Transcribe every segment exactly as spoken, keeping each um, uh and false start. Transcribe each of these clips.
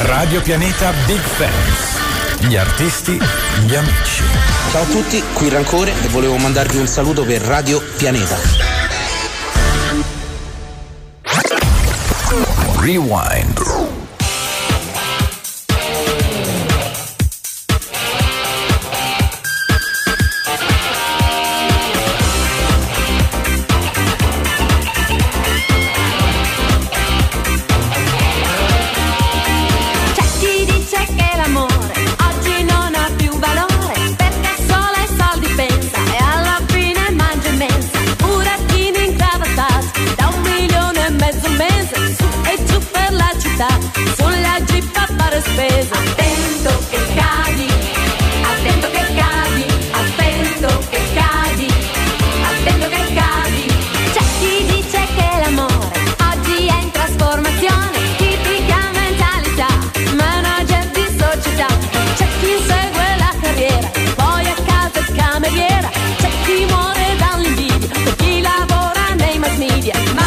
Radio Pianeta Big Fans. Gli artisti, gli amici. Ciao a tutti, qui Rancore e volevo mandarvi un saluto per Radio Pianeta. Rewind. Sulla jeep a fare spesa. Attento che cadi, attento che cadi, attento che cadi, attento che cadi. C'è chi dice che l'amore oggi è in trasformazione, tipica mentalità, manager di società. C'è chi segue la carriera, poi a casa è cameriera. C'è chi muore dall'invidia, per chi lavora nei mass media. Ma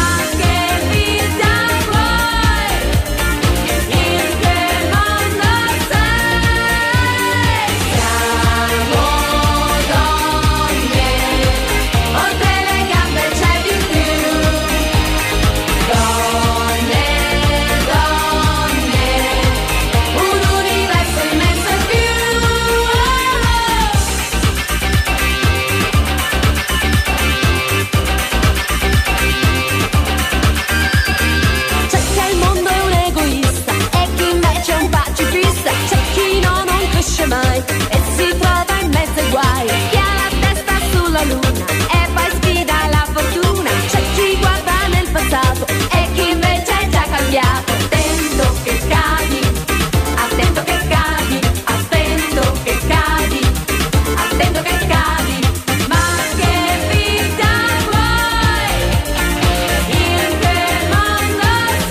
mai e si trova in mezzo ai guai. Chi ha la testa sulla luna e poi sfida la fortuna. C'è chi guarda nel passato e chi invece è già cambiato. Attento che cadi, attento che cadi, attento che cadi, attento che cadi. Ma che vita vuoi? In che mondo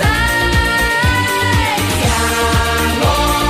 sei? Siamo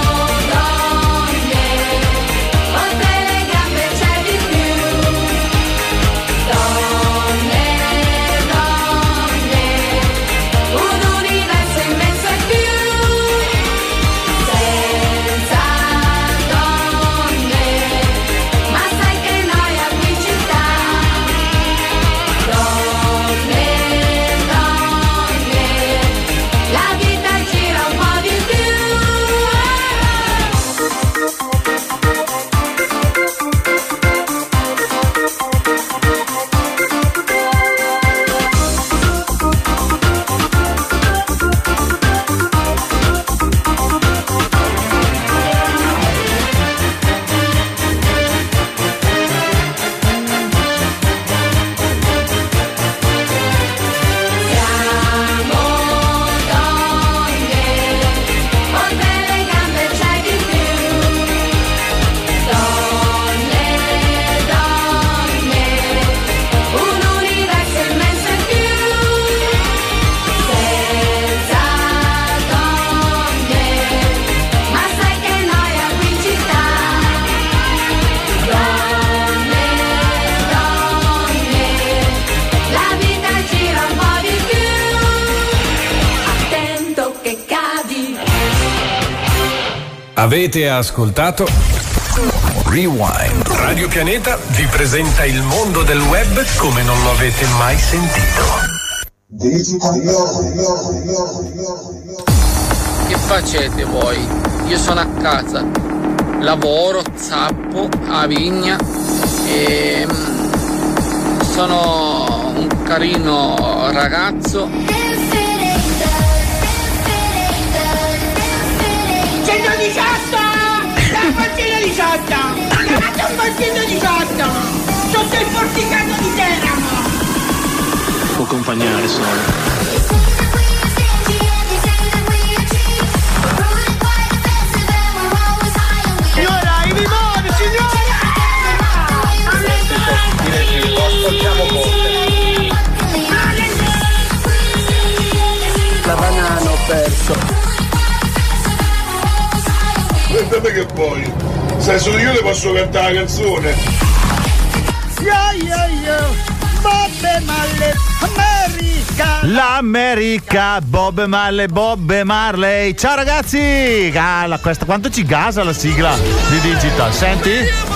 Avete ascoltato Rewind. Radio Pianeta vi presenta il mondo del web come non lo avete mai sentito. Che facete voi? Io sono a casa, lavoro, zappo, a vigna e sono un carino ragazzo. centodiciotto! La portina diciotto! Chiamate un portino diciotto! Sotto il porticato di Teramo! Può accompagnare solo. Signora, i limoni, signora! Ascoltiamo la banana ho perso. Guardate che poi, se sono io le posso cantare la canzone. Yo yo yo, Bobbe Malle, a me L'America, Bob Marley, Bob Marley. Ciao ragazzi, ah, la, questa, quanto ci gasa la sigla di Digital, senti?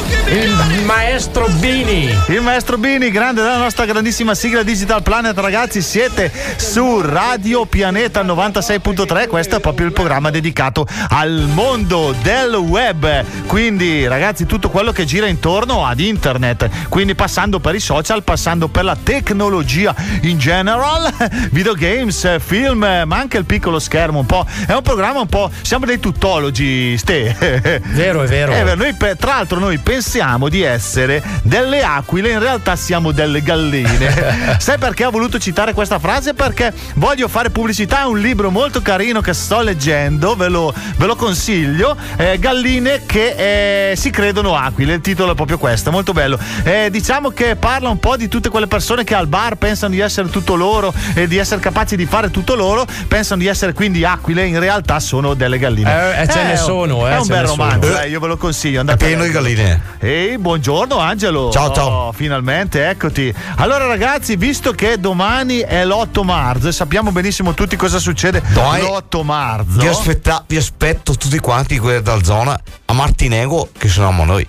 Il maestro Bini. Il maestro Bini, grande della nostra grandissima sigla Digital Planet. Ragazzi, siete su Radio Pianeta novantasei punto tre, questo è proprio il programma dedicato al mondo del web, quindi ragazzi tutto quello che gira intorno ad internet, quindi passando per i social, passando per la tecnologia in general, videogames, film, ma anche il piccolo schermo un po'. È un programma un po', siamo dei tuttologi, ste. Vero, è vero. Eh, noi, tra l'altro noi pensiamo di essere delle aquile, in realtà siamo delle galline. Sai perché ho voluto citare questa frase? Perché voglio fare pubblicità a un libro molto carino che sto leggendo, ve lo, ve lo consiglio, eh, Galline che eh, si credono aquile, il titolo è proprio questo, molto bello. Eh, diciamo che parla un po' di tutte quelle persone che al bar pensano di essere tutto loro e di essere capaci di fare tutto loro, pensano di essere quindi aquile, in realtà sono delle galline. Eh, ce eh, ne sono, eh, è un ce bel ne romanzo, sono. eh, io ve lo consiglio. Andate è pieno di galline. Ehi, buongiorno Angelo. Ciao, ciao. Oh, finalmente, eccoti. Allora ragazzi, visto che domani è l'otto marzo e sappiamo benissimo tutti cosa succede Domani l'otto marzo. Vi, aspetta, vi aspetto tutti quanti quelli dalla zona a Martinengo, che siamo noi,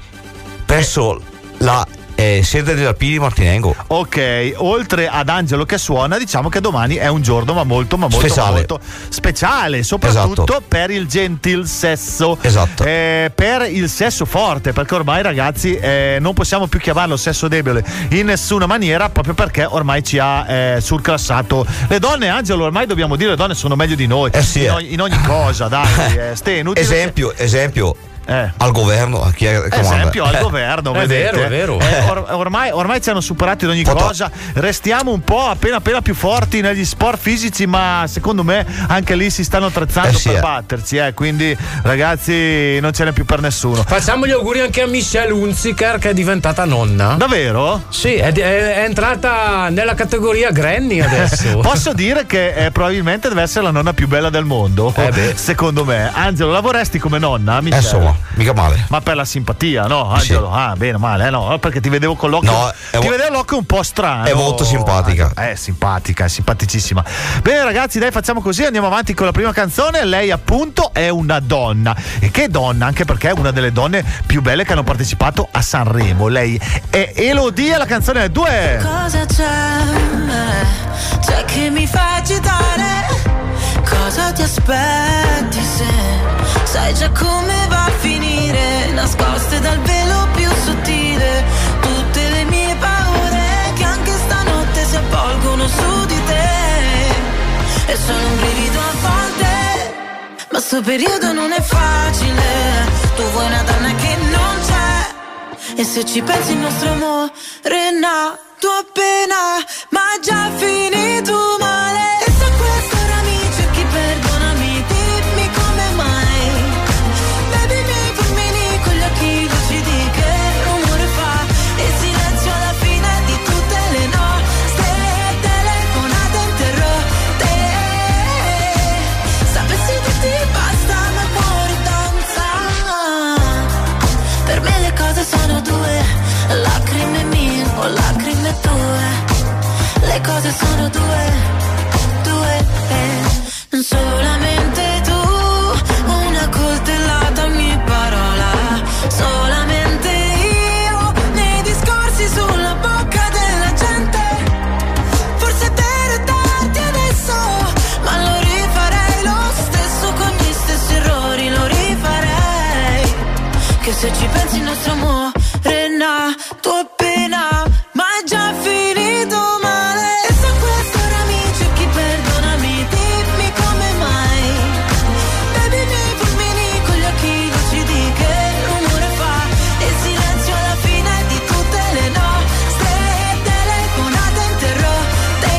presso la eh, sede della P di Martinengo. Ok, oltre ad Angelo che suona, diciamo che domani è un giorno ma molto ma molto speciale, molto speciale, soprattutto esatto. per il gentil sesso, esatto, eh, per il sesso forte, perché ormai ragazzi eh, non possiamo più chiamarlo sesso debole in nessuna maniera, proprio perché ormai ci ha eh, surclassato le donne. Angelo, ormai dobbiamo dire le donne sono meglio di noi, eh sì, in, eh. ogni, in ogni cosa, dai. eh, ste, inutile esempio, che... esempio Eh. al governo, a chi è comanda. Esempio al eh. governo, è vedete? vero, è vero. Eh, or- ormai, ormai ci hanno superato in ogni Foto. cosa, restiamo un po' appena appena più forti negli sport fisici, ma secondo me anche lì si stanno attrezzando eh sì, per eh. batterci, eh. Quindi ragazzi non ce n'è più per nessuno. Facciamo gli auguri anche a Michelle Hunziker che è diventata nonna. Davvero? Sì, è, è, è entrata nella categoria Granny adesso. Posso dire che eh, probabilmente deve essere la nonna più bella del mondo, eh beh. secondo me. Angelo, la vorresti come nonna, Michelle? Eh, insomma, mica male. Ma per la simpatia, no, Angelo? Sì. Ah, bene, male, eh, no, perché ti vedevo con l'occhio. No, ti mo- vedevo l'occhio un po' strano. È molto simpatica. È simpatica, è simpaticissima. Bene, ragazzi, dai, facciamo così, andiamo avanti con la prima canzone. Lei, appunto, è una donna. E che donna, anche perché è una delle donne più belle che hanno partecipato a Sanremo. Lei è Elodie, la canzone è due. Cosa c'è? C'è che mi fa agitare? Cosa ti aspetti se sai già come va a finire? Nascoste dal velo più sottile tutte le mie paure che anche stanotte si avvolgono su di te. E sono un brivido a volte, ma sto periodo non è facile. Tu vuoi una donna che non c'è, e se ci pensi il nostro amore è nato appena, ma già finito male. E se questo ora mi cerchi, perdonami, dimmi come mai. Bevi i miei fulmini con gli occhi lucidi, che rumore fa il silenzio alla fine di tutte le nostre telefonate interrotte. Sapessi che ti basta ma il cuore danza. Per me le cose sono due, lacrime mie o lacrime tue. Le cose sono due, due, eh. Solamente tu, una coltellata ogni parola. Solamente io, nei discorsi sulla bocca della gente. Forse per darti adesso, ma lo rifarei lo stesso con gli stessi errori, lo rifarei. Che se ci pensi il nostro amore è nato appena, ma è già finito male. E se questa ora mi cerchi, perdonami, dimmi come mai. Bevi i miei fulmini con gli occhi lucidi, che rumore fa il silenzio alla fine di tutte le nostre telefonate interrotte.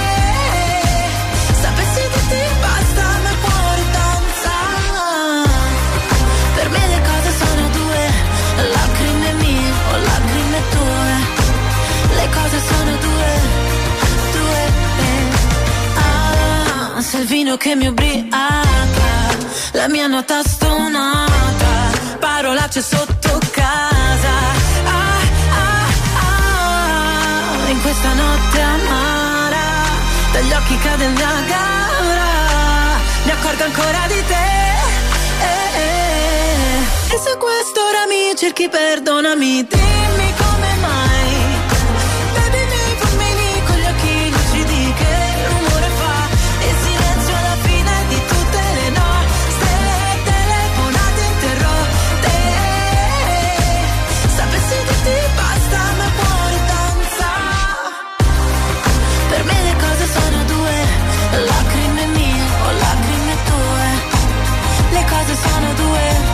Sapessi che ti basta ma il cuore danza. Per me le cose sono due, lacrime mie o lacrime tue. Le cose sono due, due, eh. Ah, se il vino che mi ubriaca, la mia nota stonata, parolacce sotto casa. Ah, ah, ah, in questa notte amara, dagli occhi cade il Niagara, mi accorgo ancora di te. eh, eh. E se a quest'ora mi cerchi, perdonami, dimmi come mai. Baby, mi fulmini con gli occhi lucidi, che rumore fa il silenzio alla fine di tutte le nostre telefonate interrotte. Sapessi dirti basta, ma il cuore danza. Per me le cose sono due, lacrime mie o lacrime tue. Le cose sono due.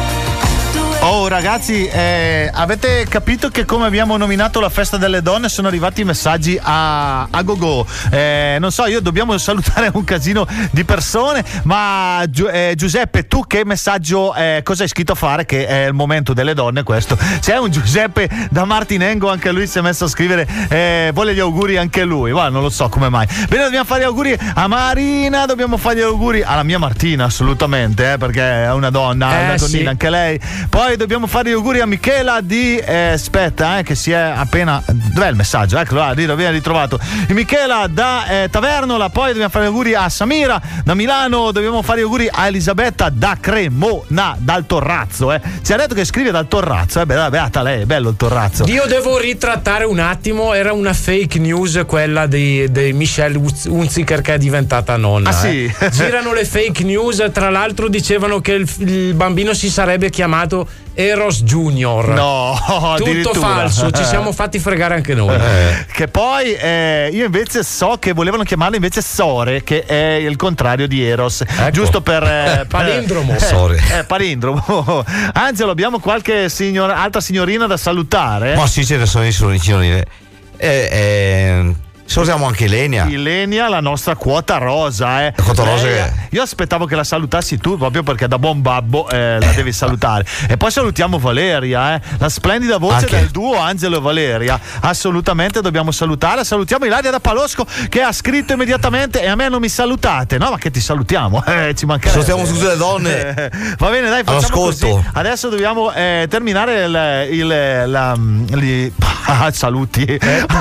Oh ragazzi, eh, avete capito che come abbiamo nominato la festa delle donne sono arrivati messaggi a, a gogo. Eh, non so, io dobbiamo salutare un casino di persone, ma Gi- eh, Giuseppe, tu che messaggio, eh, cosa hai scritto a fare? Che è il momento delle donne questo. C'è un Giuseppe da Martinengo, anche lui si è messo a scrivere, eh, vuole gli auguri anche lui, ma non lo so come mai. Bene, dobbiamo fare gli auguri a Marina, dobbiamo fare gli auguri alla mia Martina, assolutamente, eh, perché è una donna, Eh, una donnina sì. anche lei. Poi dobbiamo fare gli auguri a Michela di eh, aspetta eh, che si è appena, dov'è il messaggio? Eccolo, ah, l'abbiamo ritrovato. E Michela da eh, Tavernola. Poi dobbiamo fare gli auguri a Samira da Milano. Dobbiamo fare gli auguri a Elisabetta da Cremona, dal Torrazzo. Eh. Ci ha detto che scrive dal Torrazzo. Eh, beh, beata lei, è bello il Torrazzo. Io devo ritrattare un attimo, era una fake news quella di, di Michelle Hunziker che è diventata nonna. Ah, sì? eh. Girano le fake news, tra l'altro dicevano che il, il bambino si sarebbe chiamato Eros Junior. No, tutto addirittura. falso, ci siamo fatti fregare anche noi. Eh. Che poi eh, io invece so che volevano chiamarla invece Sore, che è il contrario di Eros. Ecco. Giusto per eh, Palindromo. eh, Sore. eh, palindromo. Angelo, abbiamo qualche signor, altra signorina da salutare? Ma sì, ce ne sono di signorine. Eh, eh, salutiamo anche Ilenia. Ilenia, la nostra quota rosa. Eh. La quota rosa Lei- che- Io aspettavo che la salutassi tu, proprio perché da buon babbo eh, la devi salutare. E poi salutiamo Valeria, eh. La splendida voce Anche. del duo Angelo e Valeria. Assolutamente dobbiamo salutare. Salutiamo Ilaria da Palosco, che ha scritto immediatamente: e a me non mi salutate. No, ma che ti salutiamo? Eh, ci mancherebbe. Salutiamo tutte le donne. Eh, va bene, dai, facciamo All'ascolto. così. Adesso dobbiamo eh, terminare il, il la, li, ah, saluti.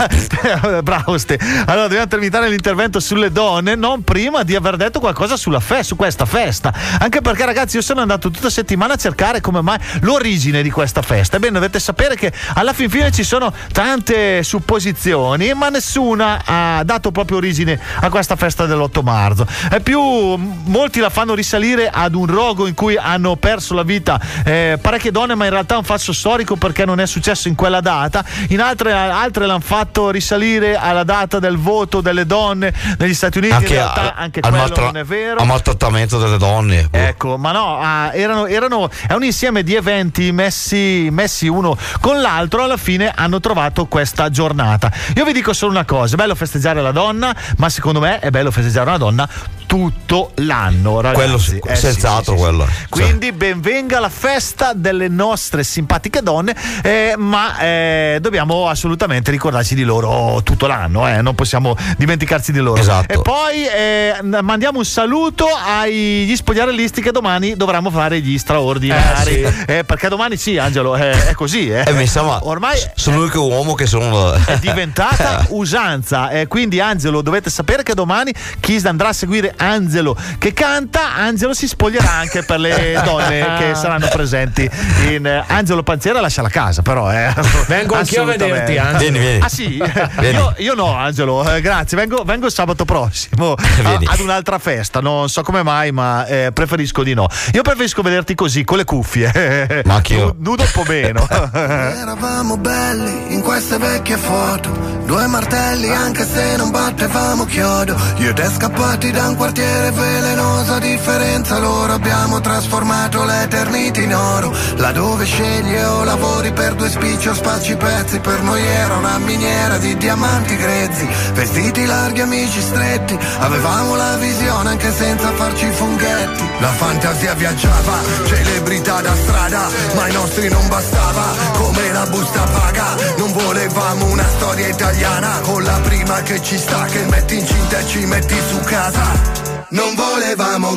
Bravo Ste. Allora dobbiamo terminare l'intervento sulle donne, non prima di aver detto qualcosa sulla festa, su questa festa. Anche perché, ragazzi, io sono andato tutta settimana a cercare come mai l'origine di questa festa. Ebbene, dovete sapere che alla fin fine ci sono tante supposizioni, ma nessuna ha dato proprio origine a questa festa dell'otto marzo. È più, molti la fanno risalire ad un rogo in cui hanno perso la vita eh, parecchie donne, ma in realtà è un falso storico perché non è successo in quella data. In altre, altre l'hanno fatto risalire alla data del voto delle donne negli Stati Uniti. Anche, in realtà a- anche al quello maltra- non è vero. al maltrattamento delle donne. Ecco, ma no, ah, erano, erano, è un insieme di eventi messi, messi uno con l'altro, alla fine hanno trovato questa giornata. Io vi dico solo una cosa: è bello festeggiare la donna, ma secondo me è bello festeggiare una donna tutto l'anno, ragazzi. Quello sì, Eh, sì, senz'altro sì, sì, quello. sì. Quindi benvenga la festa delle nostre simpatiche donne, eh, ma eh, dobbiamo assolutamente ricordarci di loro tutto l'anno, eh, non possiamo dimenticarci di loro. Esatto. E poi eh, mandiamo un saluto agli spogliarellisti che domani dovranno fare gli straordinari. Eh, sì. Eh, perché domani sì, Angelo, eh, è così. Eh. Eh, mi sa, ma Ormai sono l'unico uomo che sono. è diventata usanza, eh, quindi Angelo, dovete sapere che domani chi andrà a seguire Angelo che canta, Angelo si spoglierà anche per le donne che saranno presenti in eh, Angelo Panziera lascia la casa, però eh. Vengo anch'io a vederti, Angelo. Vieni, vieni. Ah sì? Vieni. Io, io no, Angelo, eh, grazie, vengo, vengo sabato prossimo a- Vieni. ad un'altra festa, non so come mai, ma eh, preferisco di no. Io preferisco vederti così, con le cuffie. Ma anch'io. Nu- Nudo un po' meno. Eravamo belli in queste vecchie foto, due martelli anche se non battevamo chiodo. Io e te scappati da un quartiere velenoso, a differenza loro abbiamo trasformato l'eternità in oro. Laddove scegli o lavori per due spicci o spacci pezzi, per noi era una miniera di diamanti grezzi. Vestiti larghi, amici stretti, avevamo la visione anche senza farci i funghetti. La fantasia viaggiava, celebrità da strada, ma ai nostri non bastava, come la busta paga. Non volevamo una storia italiana con la prima che ci sta, che metti incinta e ci metti su casa. Non volevamo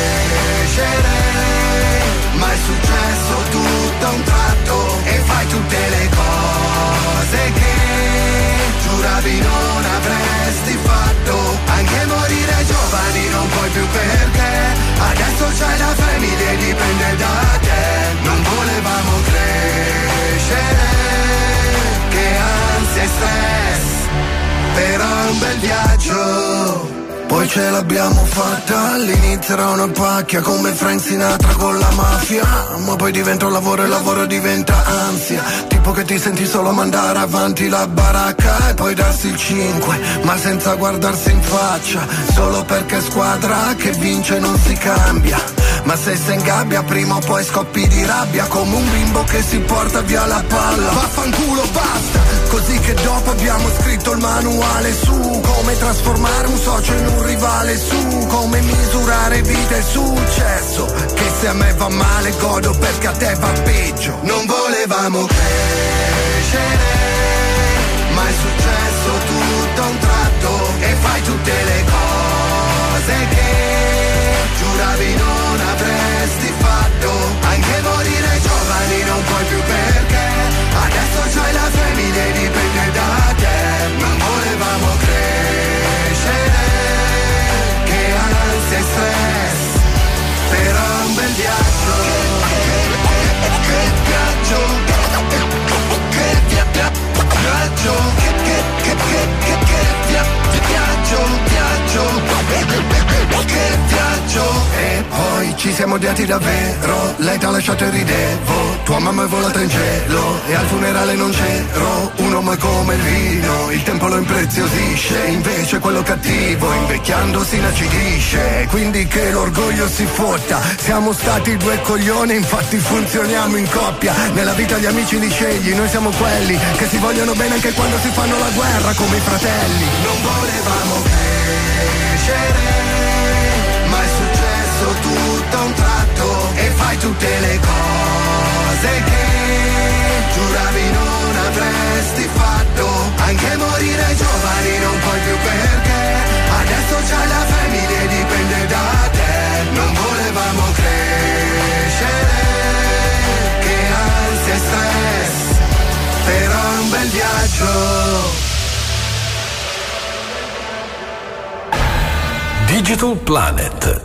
crescere, ma è successo tutto a un tratto, e fai tutte le cose che giuravi non avresti fatto. Anche c'hai la famiglia e dipende da te. Non volevamo crescere, che ansia e stress, però è un bel viaggio. Poi ce l'abbiamo fatta, all'inizio era una pacchia come Frank Sinatra con la mafia, ma poi diventa un lavoro e il lavoro diventa ansia, tipo che ti senti solo mandare avanti la baracca e poi darsi il cinque, ma senza guardarsi in faccia, solo perché squadra che vince non si cambia, ma se sei in gabbia prima o poi scoppi di rabbia come un bimbo che si porta via la palla. Vaffanculo, basta, così che dopo abbiamo scritto il manuale su come trasformare un socio in un rivale, su come misurare vita e successo, che se a me va male godo perché a te va peggio. Non volevamo crescere, ma è successo tutto a un tratto e fai tutte le cose che giuravi non avresti fatto, anche morire giovani non puoi più perché adesso c'hai la famiglia e dipende da te. Non volevamo crescere, che ansia e stress, però è un bel viaggio, che viaggio, che viaggio, che che che che che viaggio, viaggio, che viaggio. E poi ci siamo odiati davvero, lei t'ha lasciato e ridevo, tua mamma è volata in cielo e al funerale non c'ero. Un uomo è come il vino, il tempo lo impreziosisce, invece quello cattivo invecchiando si inacidisce, e quindi che l'orgoglio si fotta, siamo stati due coglioni, infatti funzioniamo in coppia, nella vita gli amici li scegli, noi siamo quelli che si vogliono bene anche quando si fanno la guerra come i fratelli. Non volevamo crescere, ma è successo tutto a un tratto e fai tutte le cose che giuravi non avresti fatto, anche morire giovani non puoi più perché adesso c'hai la famiglia e dipende da te. Non volevamo crescere, che ansia e stress, però è un bel viaggio. Digital Planet.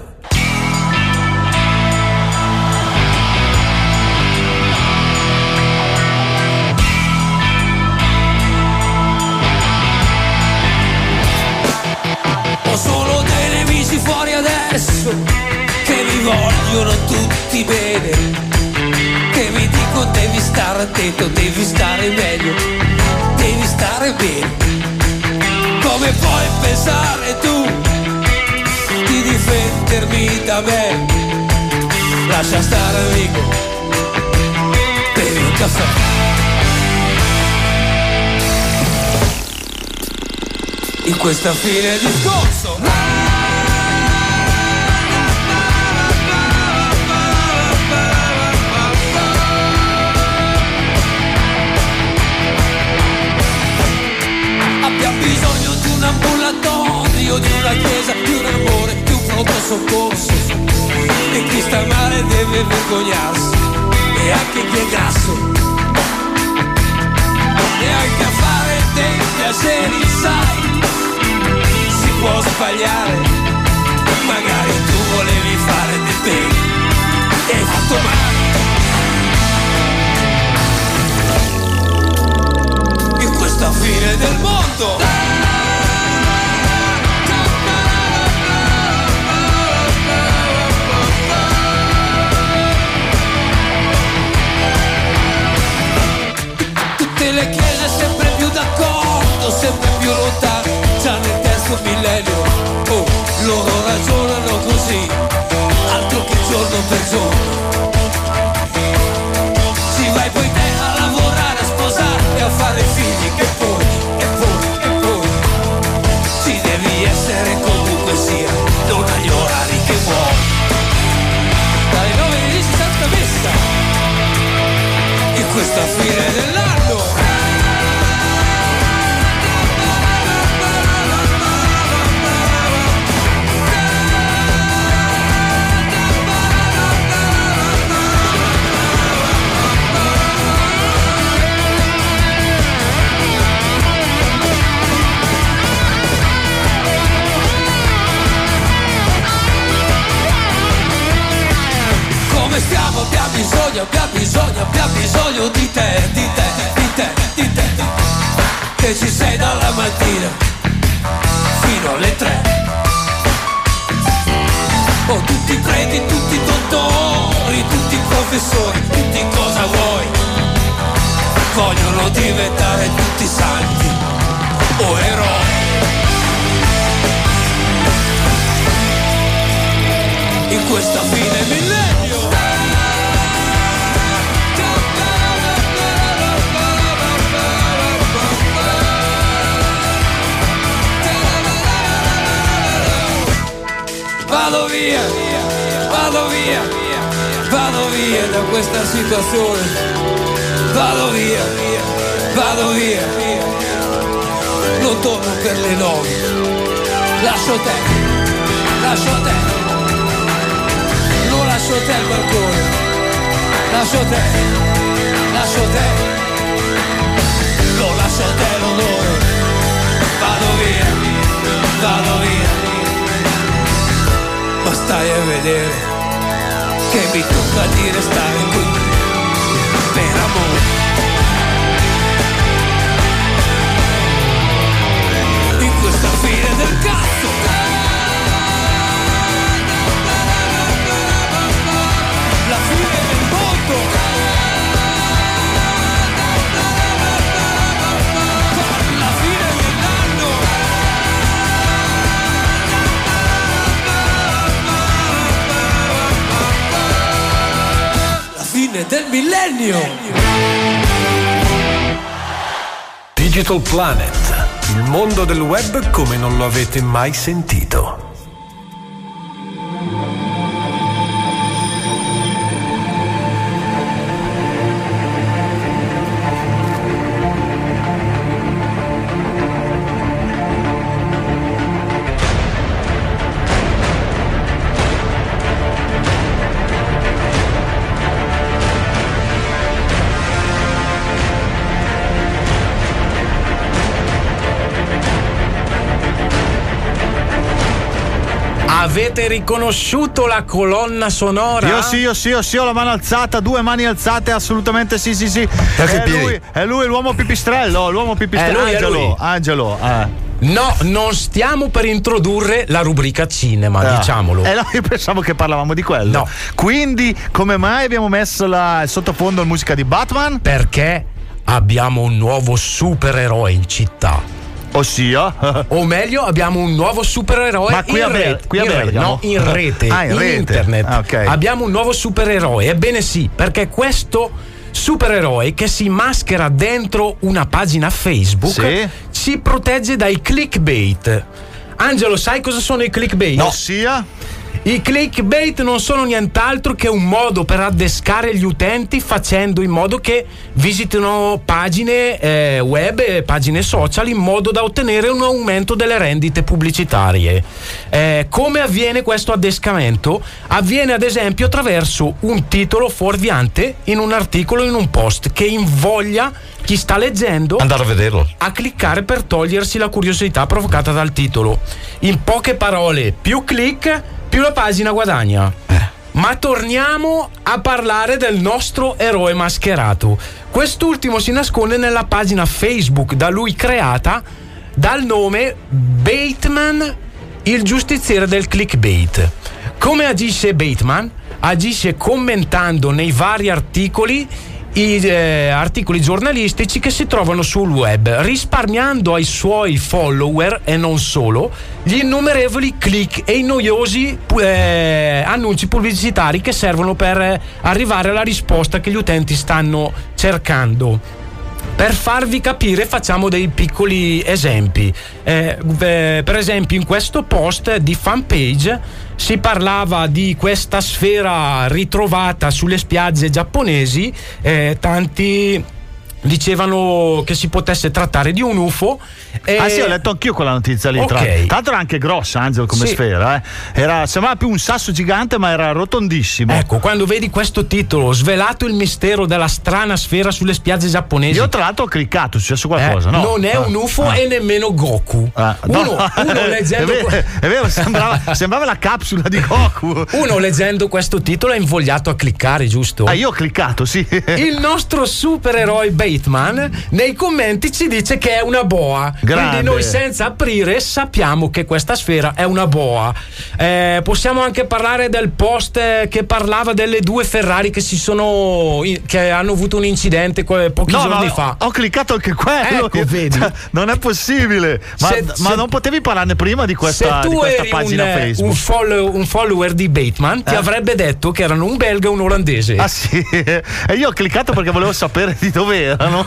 Ho solo dei nemici fuori adesso che mi vogliono tutti bene, che mi dicono devi stare attento, devi stare meglio, devi stare bene. Come puoi pensare tu di difendermi da me? Lascia stare amico, bevi un caffè. In questa fine discorso abbiamo bisogno di un ambulatorio, di una chiesa, di un amore, di un pronto soccorso, e chi sta male deve vergognarsi, e anche chi è grasso, e anche a fare dei piaceri, sai, si può sbagliare, magari tu volevi fare del bene e hai fatto male. In questa fine del mondo tutte le chiese sempre più d'accordo, sempre più lontane, già nel terzo millennio. Oh, loro ragionano così, altro che giorno per giorno. Ci vai poi te a lavorare, a sposare e a fare figli, che poi, e poi, e poi ci devi essere comunque sia, non agli orari che vuoi. Dalle nove alle dieci Santa Messa, in questa fine dell'anno. bisogno, abbia bisogno, abbia bisogno di te, di te, di te, di te, che ci sei dalla mattina fino alle tre. Oh, tutti preti, tutti dottori, tutti professori, tutti cosa vuoi? Vogliono diventare tutti santi o eroi. In questa fine millennio vado via, vado via, vado via da questa situazione, vado via, vado via, non torno per le nove, lascio te, lascio te, lo lascio te al balcone, lascio te, lascio te, lo lascio te l'odore, vado via, vado via. Ma stai a vedere che mi tocca di restare qui per amore. In questa fine del cazzo, la fine del mondo, la fine dell'anno. Fine del millennio. Digital Planet, il mondo del web come non lo avete mai sentito. Avete riconosciuto la colonna sonora? Io sì, io sì, io sì, ho la mano alzata, due mani alzate, assolutamente sì, sì, sì. È lui, è lui l'uomo pipistrello, l'uomo pipistrello. È lui, Angelo, è lui. Angelo. Eh. No, non stiamo per introdurre la rubrica cinema, eh. diciamolo. Eh no, io pensavo che parlavamo di quello. No. Quindi, come mai abbiamo messo la, il sottofondo la musica di Batman? Perché abbiamo un nuovo supereroe in città. Ossia? O meglio, abbiamo un nuovo supereroe. Ma qui in a, Ber- rete, qui a in Bergamo? rete, no, in rete, ah, in, in rete. internet. Ah, okay. Abbiamo un nuovo supereroe. Ebbene sì, perché questo supereroe che si maschera dentro una pagina Facebook sì. si protegge dai clickbait. Angelo, sai cosa sono i clickbait? No. Ossia? I clickbait non sono nient'altro che un modo per addescare gli utenti facendo in modo che visitino pagine eh, web e pagine social in modo da ottenere un aumento delle rendite pubblicitarie. Eh, come avviene questo addescamento? Avviene ad esempio attraverso un titolo fuorviante in un articolo, in un post, che invoglia chi sta leggendo andare a vederlo, a cliccare per togliersi la curiosità provocata dal titolo. In poche parole, più click, più la pagina guadagna. Eh. Ma torniamo a parlare del nostro eroe mascherato. Quest'ultimo si nasconde nella pagina Facebook da lui creata dal nome Bateman, il giustiziere del clickbait. Come agisce Bateman? Agisce commentando nei vari articoli i eh, articoli giornalistici che si trovano sul web, risparmiando ai suoi follower e non solo gli innumerevoli click e i noiosi eh, annunci pubblicitari che servono per eh, arrivare alla risposta che gli utenti stanno cercando. Per farvi capire facciamo dei piccoli esempi. Eh, eh, per esempio in questo post di fanpage si parlava di questa sfera ritrovata sulle spiagge giapponesi, eh, tanti dicevano che si potesse trattare di un U F O. E... Ah sì, ho letto anch'io quella notizia lì. Tra Ok. l'altro era anche grossa, Angelo, come Sì. sfera. Eh. Era, sembrava più un sasso gigante, ma era rotondissimo. Ecco, quando vedi questo titolo, svelato il mistero della strana sfera sulle spiagge giapponesi. Io tra l'altro ho cliccato, è successo qualcosa, Eh, no? Non è Ah. un U F O Ah. e nemmeno Goku. Ah, uno, no. uno leggendo è vero, è vero, sembrava, sembrava la capsula di Goku. Uno leggendo questo titolo è invogliato a cliccare, giusto? Ah, io ho cliccato, sì. Il nostro supereroe Bateman nei commenti ci dice che è una boa. Grande. Quindi noi senza aprire sappiamo che questa sfera è una boa. Eh, possiamo anche parlare del post eh, che parlava delle due Ferrari che si sono che hanno avuto un incidente que- pochi No, giorni no, fa. ho cliccato anche quello. Ecco, vedi? Non è possibile. Ma, Se- ma se- non potevi parlarne prima di questa, Se di tu questa eri pagina un, eh, Facebook? un, follow- un follower di Bateman, ti Eh? avrebbe detto che erano un belga e un olandese. Ah sì? E io ho cliccato perché volevo sapere di dove erano.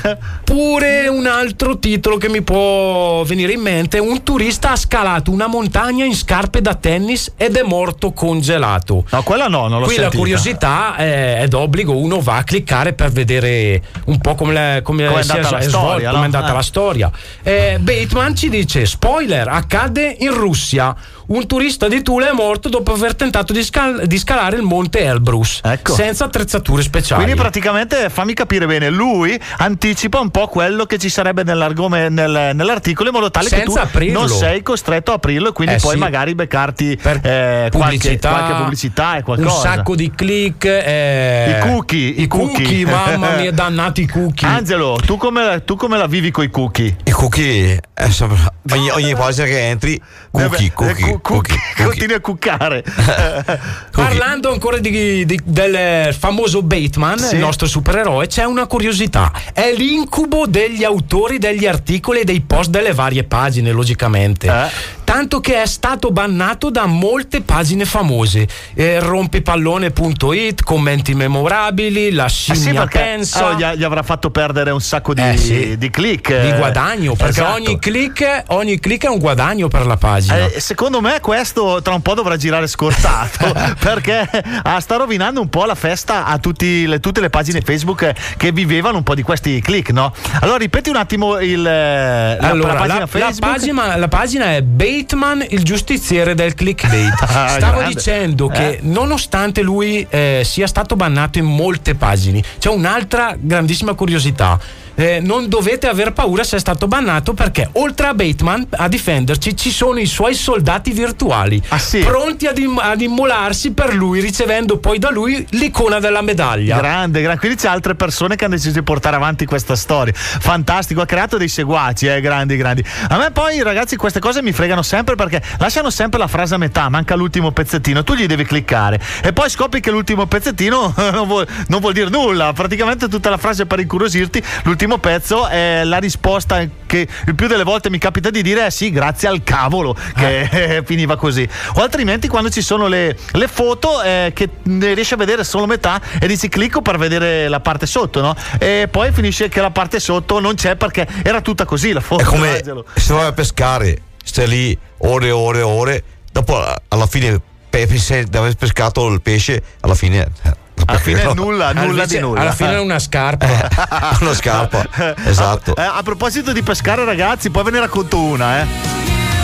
Oppure un altro titolo che mi può venire in mente: un turista ha scalato una montagna in scarpe da tennis ed è morto congelato. No, quella no, non l'ho Qui sentita. la curiosità è, è d'obbligo, uno va a cliccare per vedere un po' come, le, come, Come è si andata la è storia, svolto, no? come è andata Eh. la storia. Eh, Bateman ci dice: spoiler, accade in Russia. Un turista di Tula è morto dopo aver tentato di, scal- di scalare il monte Elbrus Ecco. senza attrezzature speciali. Quindi praticamente, fammi capire bene, lui anticipa un po' quello che ci sarebbe nell'argome- nel- nell'articolo, in modo tale Senza che tu aprirlo. non sei costretto a aprirlo e quindi Eh, puoi sì. magari beccarti eh, qualche, pubblicità, qualche pubblicità e qualcosa. un sacco di click, eh, I cookie, i i cookie. cookie, mamma mia, dannati cookie. Angelo, tu come, tu come la vivi coi cookie? I cookie è sempre, ogni, ogni pagina che entri cookie, Eh, cookie, cu- cookie, cookie. Continui a cuccare. Parlando ancora di, di- del famoso Bateman, Sì. il nostro supereroe, c'è una curiosità. È l'incubo degli autori degli articoli e dei post delle varie pagine, logicamente. Eh. Tanto che è stato bannato da molte pagine famose. Eh, rompipallone punto it, commenti memorabili, la Ah, scimmia sì, perché pensa. oh, gli, gli avrà fatto perdere un sacco di, Eh, sì. di click. Di eh. guadagno, perché Esatto. ogni click, ogni click è un guadagno per la pagina. Eh, secondo me questo tra un po' dovrà girare scortato perché ah, sta rovinando un po' la festa a tutti le, tutte le pagine Facebook che vivevano un po' di questi click, no? Allora ripeti un attimo il, la, Allora, la pagina la, la Facebook. pagina, la pagina è Bateman, il giustiziere del clickbait. Ah, Stavo grande. dicendo che Eh. nonostante lui eh, sia stato bannato in molte pagine, c'è un'altra grandissima curiosità. Eh, non dovete aver paura se è stato bannato, perché oltre a Bateman a difenderci ci sono i suoi soldati virtuali, Ah, sì? pronti ad, im- ad immolarsi per lui, ricevendo poi da lui l'icona della medaglia. Grande, grande, quindi c'è altre persone che hanno deciso di portare avanti questa storia. Fantastico, ha creato dei seguaci, eh, grandi, grandi. A me poi, ragazzi, queste cose mi fregano sempre perché lasciano sempre la frase a metà, manca l'ultimo pezzettino, tu gli devi cliccare e poi scopri che l'ultimo pezzettino non vuol, non vuol dire nulla, praticamente tutta la frase per incuriosirti, l'ultimo pezzo è la risposta che il più delle volte mi capita di dire è sì, grazie al cavolo che eh. finiva così. O altrimenti quando ci sono le, le foto eh, che ne riesci a vedere solo metà e dici clicco per vedere la parte sotto, no? E poi finisce che la parte sotto non c'è perché era tutta così la foto. È come Angelo. se vai a pescare, stai lì ore e ore e ore, dopo alla fine pe- pensi di aver pescato il pesce, alla fine eh, alla fine nulla, nulla Invece, di nulla. alla fine è una scarpa. una scarpa, esatto. Eh, a proposito di pescare, ragazzi, poi ve ne racconto una, eh.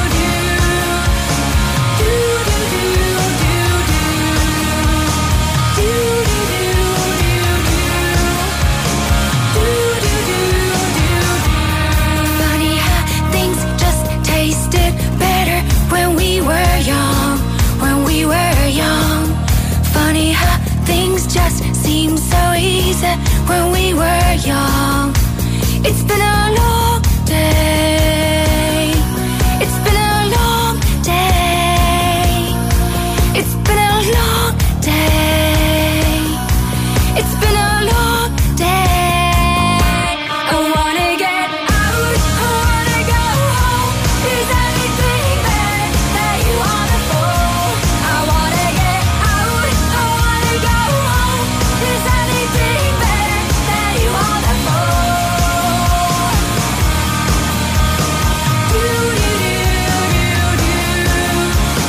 Funny how things just tasted better when we were young, when we were young. Funny how things just seem so easy when we were young. It's been a long day. It's been a long day. It's been a long day. It's been a long day. I wanna get out. I wanna go home. Is anything better that you wanna fall? I wanna get out. I wanna go home. Is anything better that you wanna fall? Do do do do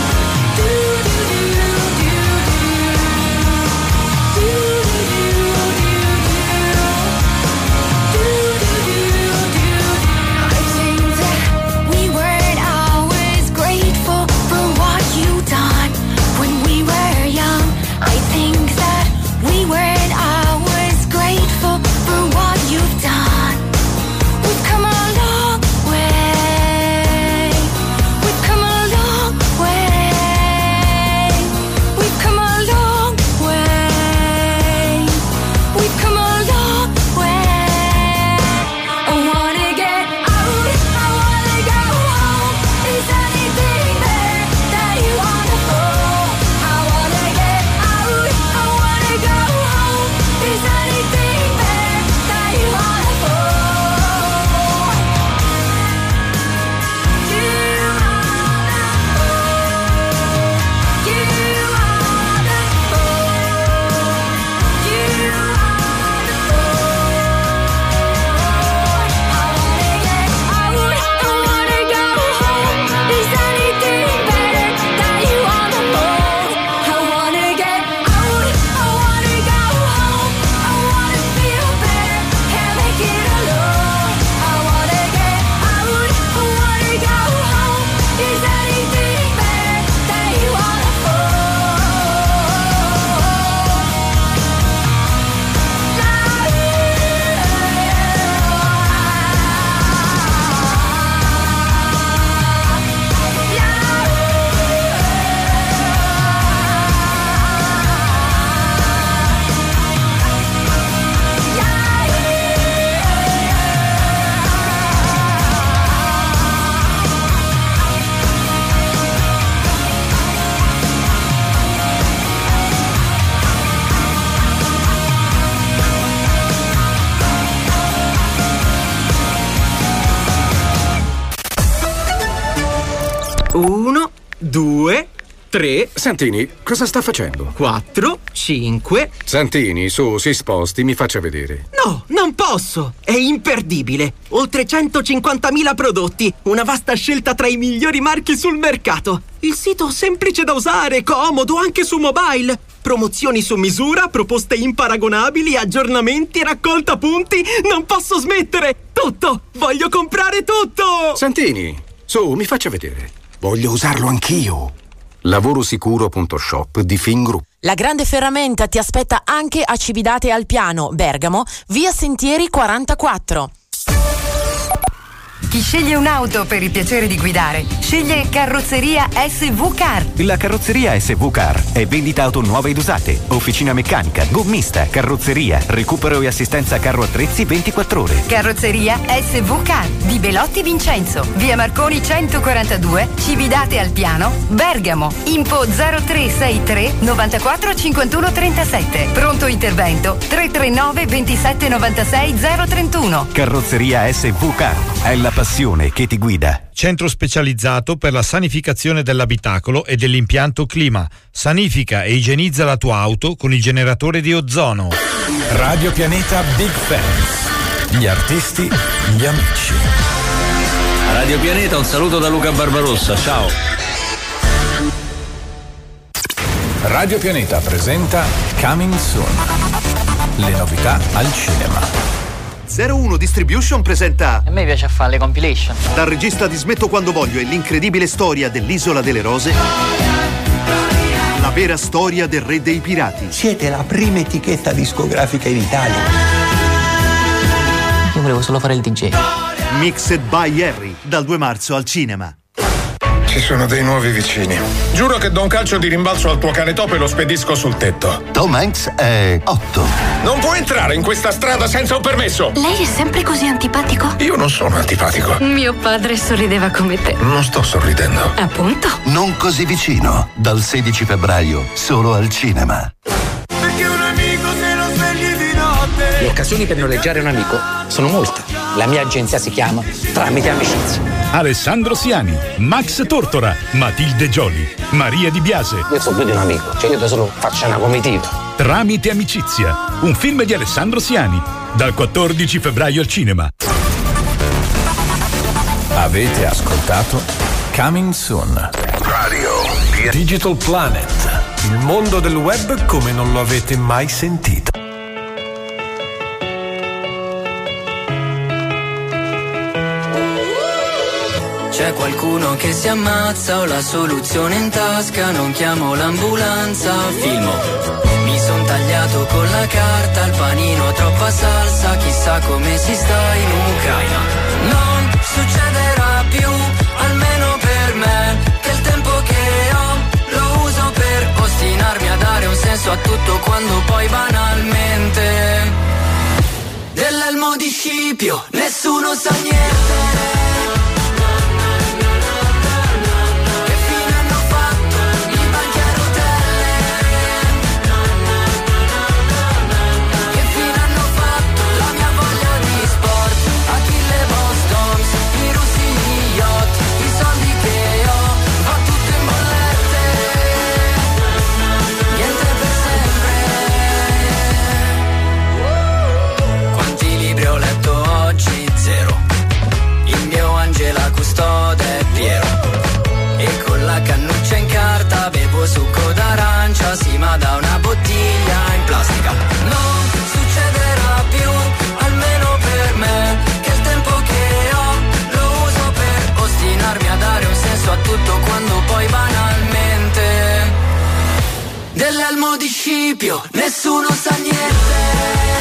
do do do do do do do do Uno, due, tre. Santini, cosa sta facendo? Quattro, cinque. Santini, su, si sposti, mi faccia vedere. No, non posso! È imperdibile! Oltre centocinquantamila prodotti, una vasta scelta tra i migliori marchi sul mercato. Il sito semplice da usare, comodo anche su mobile. Promozioni su misura, proposte imparagonabili, aggiornamenti, raccolta punti. Non posso smettere! Tutto! Voglio comprare tutto! Santini, su, mi faccia vedere. Voglio usarlo anch'io. Lavorosicuro punto shop di Fingroup. La grande ferramenta ti aspetta anche a Cividate al Piano, Bergamo, via Sentieri quarantaquattro. Chi sceglie un'auto per il piacere di guidare, sceglie Carrozzeria S V Car. La Carrozzeria S V Car è vendita auto nuove ed usate, officina meccanica, gommista, carrozzeria, recupero e assistenza carro attrezzi ventiquattro ore. Carrozzeria S V Car di Belotti Vincenzo, via Marconi centoquarantadue, Cividate al Piano, Bergamo. Info zero tre sei tre novantaquattro cinquantuno trentasette. Pronto intervento tre tre nove ventisette novantasei zero trentuno. Carrozzeria S V Car è la passione che ti guida. Centro specializzato per la sanificazione dell'abitacolo e dell'impianto clima. Sanifica e igienizza la tua auto con il generatore di ozono. Radio Pianeta Big Fans. Gli artisti, gli amici. Radio Pianeta, un saluto da Luca Barbarossa. Ciao. Radio Pianeta presenta Coming Soon. Le novità al cinema. zero uno Distribution presenta. A me piace fare le compilation. Dal regista di Smetto quando voglio e l'incredibile storia dell'Isola delle Rose. La vera storia del re dei pirati. Siete la prima etichetta discografica in Italia. Io volevo solo fare il D J. Mixed by Harry, dal due marzo al cinema. Ci sono dei nuovi vicini. Giuro che do un calcio di rimbalzo al tuo cane topo e lo spedisco sul tetto. Tom Hanks è otto. Non può entrare in questa strada senza un permesso. Lei è sempre così antipatico? Io non sono antipatico. Mio padre sorrideva come te. Non sto sorridendo. Appunto. Non così vicino. Dal sedici febbraio, solo al cinema. Perché un amico se lo svegli di notte. Le occasioni per noleggiare un amico sono molte. La mia agenzia si chiama Tramite Amicizia. Alessandro Siani, Max Tortora, Matilde Gioli, Maria Di Biase. Io sono più di un amico, cioè io da solo faccio una comitiva. Tramite Amicizia, un film di Alessandro Siani, dal quattordici febbraio al cinema. Avete ascoltato Coming Soon. Radio Digital Planet. Il mondo del web come non lo avete mai sentito. C'è qualcuno che si ammazza, ho la soluzione in tasca, non chiamo l'ambulanza, filmo. Mi son tagliato con la carta, il panino troppa salsa, chissà come si sta in Ucraina. Non succederà più, almeno per me, che il tempo che ho lo uso per ostinarmi a dare un senso a tutto quando poi banalmente dell'elmo di Scipio nessuno sa niente. La custode Piero e con la cannuccia in carta bevo succo d'arancia, sì, ma da una bottiglia in plastica. Non succederà più, almeno per me, che il tempo che ho lo uso per ostinarmi a dare un senso a tutto quando poi banalmente dell'elmo di Scipio nessuno sa niente.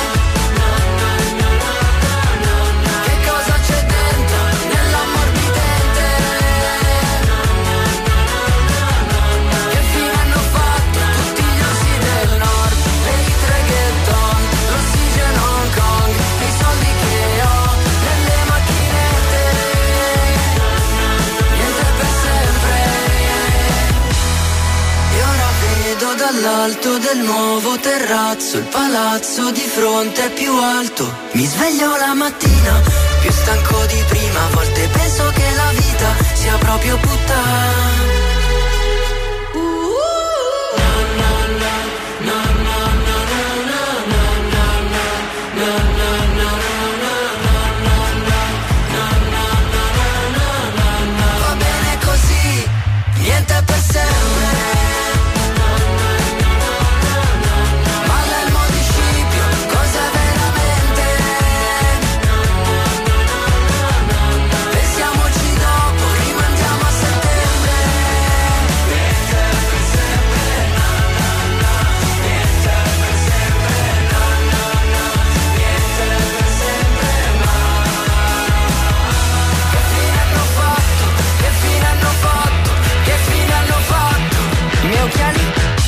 Dall'alto del nuovo terrazzo, il palazzo di fronte è più alto. Mi sveglio la mattina più stanco di prima. A volte penso che la vita sia proprio puttana. Va bene così, niente per sempre. Balla il municipio, cosa veramente? Pensiamoci dopo, rimandiamo a settembre. Niente per sempre, no, no, no. Niente per sempre, no, no, no. Niente per sempre, no. Che fine hanno fatto? Che fine hanno fatto? Che fine hanno fatto? I miei occhiali.